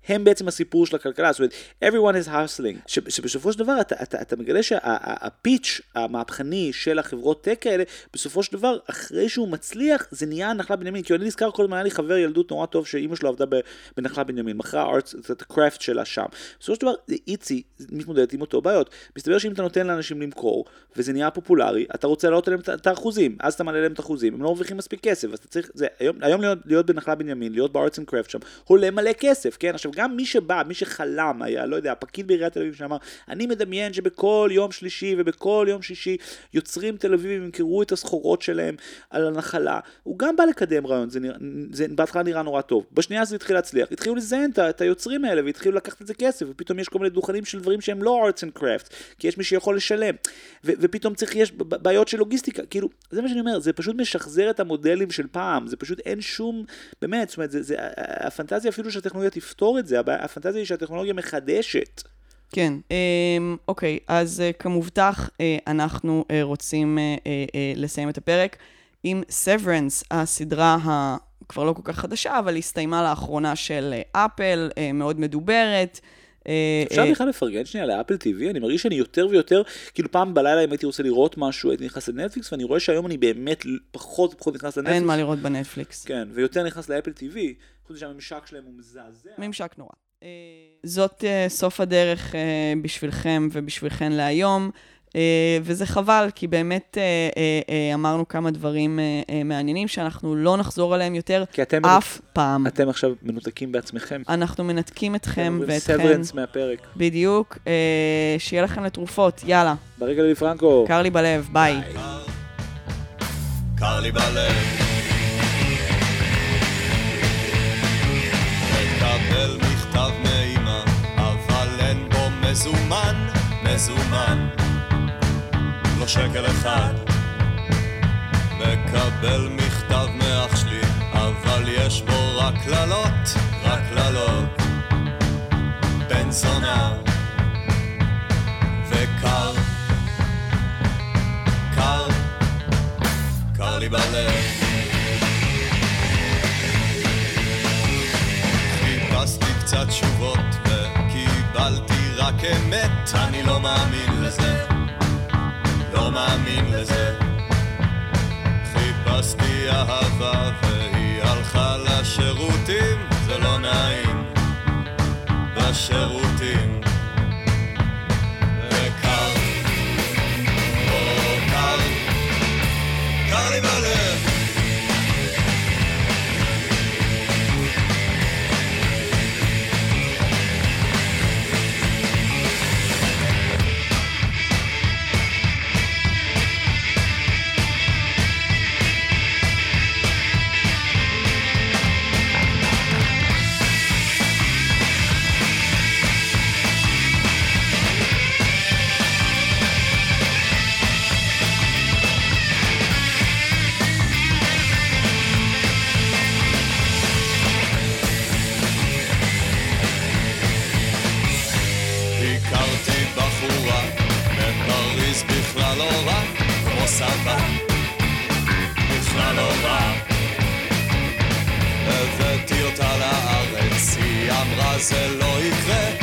הם בעצם הסיפור של הכלכלה, זאת אומרת, everyone is hustling, שבסופו של דבר אתה מגלה שהפיץ' המהפכני של החברות טק האלה, בסופו של דבר, אחרי שהוא מצליח, זה נהיה נחלה בנימין, כי אני נזכר כל הזמן, היה לי חבר ילדות נורא טוב, שאמא שלו עבדה בנחלה בנימין, מכרה את הקראפט שלה שם. בסופו של דבר, איצי מתמודדת עם אותו בעיות. מסתבר שאם אתה נותן לאנשים למכור, וזה נהיה פופולרי, אתה רוצה להעלות עליהם את האחוזים, אז אתה מעלה להם את האחוזים, הם לא מרוויחים מספיק כסף, אז אתה צריך, היום להיות בנחלה בנימין, להיות בארטס אנד קראפט שם, עולה מלא כסף, כן? עכשיו, גם מי שבא, מי שחלם, היה, לא יודע, הפקיד בעיריית תל אביב שאמר, אני מדמיין שבכל יום שלישי ובכל יום שישי יוצרים תל אביב ימכרו את הסחורות שלהם על הנחלה, הוא גם בא לקדם רעיון, זה בהתחלה נראה נורא טוב. בשנייה זה התחיל להצליח, התחילו לזיין את היוצרים האלה, והתחילו לקחת את זה כסף, ופתאום יש כל מיני דוכנים של דברים שהם לא arts and crafts, כי יש מי שיכול לשלם, ופתאום יש בעיות של לוגיסטיקה, כאילו, זה מה שאני אומר, זה פשוט משחזר את המודלים של פעם, זה פשוט אין שום, באמת, זאת אומרת, הפנטזיה אפילו שהטכנולוגיה תפתור את זה, הפנטזיה היא שהטכנולוגיה מחדשת. כן, אוקיי, אז כמובטח, אנחנו רוצים לסיים את הפרק עם Severance, הסדרה כבר לא כל כך חדשה, אבל הסתיימה לאחרונה של אפל, מאוד מדוברת. אפשר בכלל לפרגן שנייה לאפל TV, אני מרגיש שאני יותר ויותר, כאילו פעם בלילה אם הייתי רוצה לראות משהו, הייתי נכנס לנטפליקס, ואני רואה שהיום אני באמת פחות נכנס לנטפליקס. אין מה לראות בנטפליקס. כן, ויותר נכנס לאפל TV, חוץ שהממשק שלהם הוא מזעזע. ממשק נורא. זאת סוף הדרך בשבילכם ובשבילכן להיום, וזה חבל, כי באמת אמרנו כמה דברים מעניינים שאנחנו לא נחזור עליהם יותר אף פעם. אתם עכשיו מנותקים בעצמכם. אנחנו מנתקים אתכם ואתכם. סברנס מהפרק. בדיוק. שיהיה לכם לתרופות, יאללה. ברגע לוי פרנקו. קר לי בלב, ביי. קר לי בלב. מקבל מכתב מאמא, אבל אין בו מזומן, מזומן. לא שקל אחד. מקבל מכתב מאח שלי, אבל יש בו רק קללות, רק קללות. בן זונה וקר, קר, קר לי בלב. חיפשתי קצת תשובות וקיבלתי רק אמת, אני לא מאמין לזה, לא מאמין לזה. חיפשתי אהבה והיא הלכה לשירותים, זה לא נעים בשירותים. וקר, או קר, קר לי בלב. בכלל לא רע, כמו סבא, בכלל לא רע. הבאתי אותה לארץ, היא אמרה זה לא יקרה,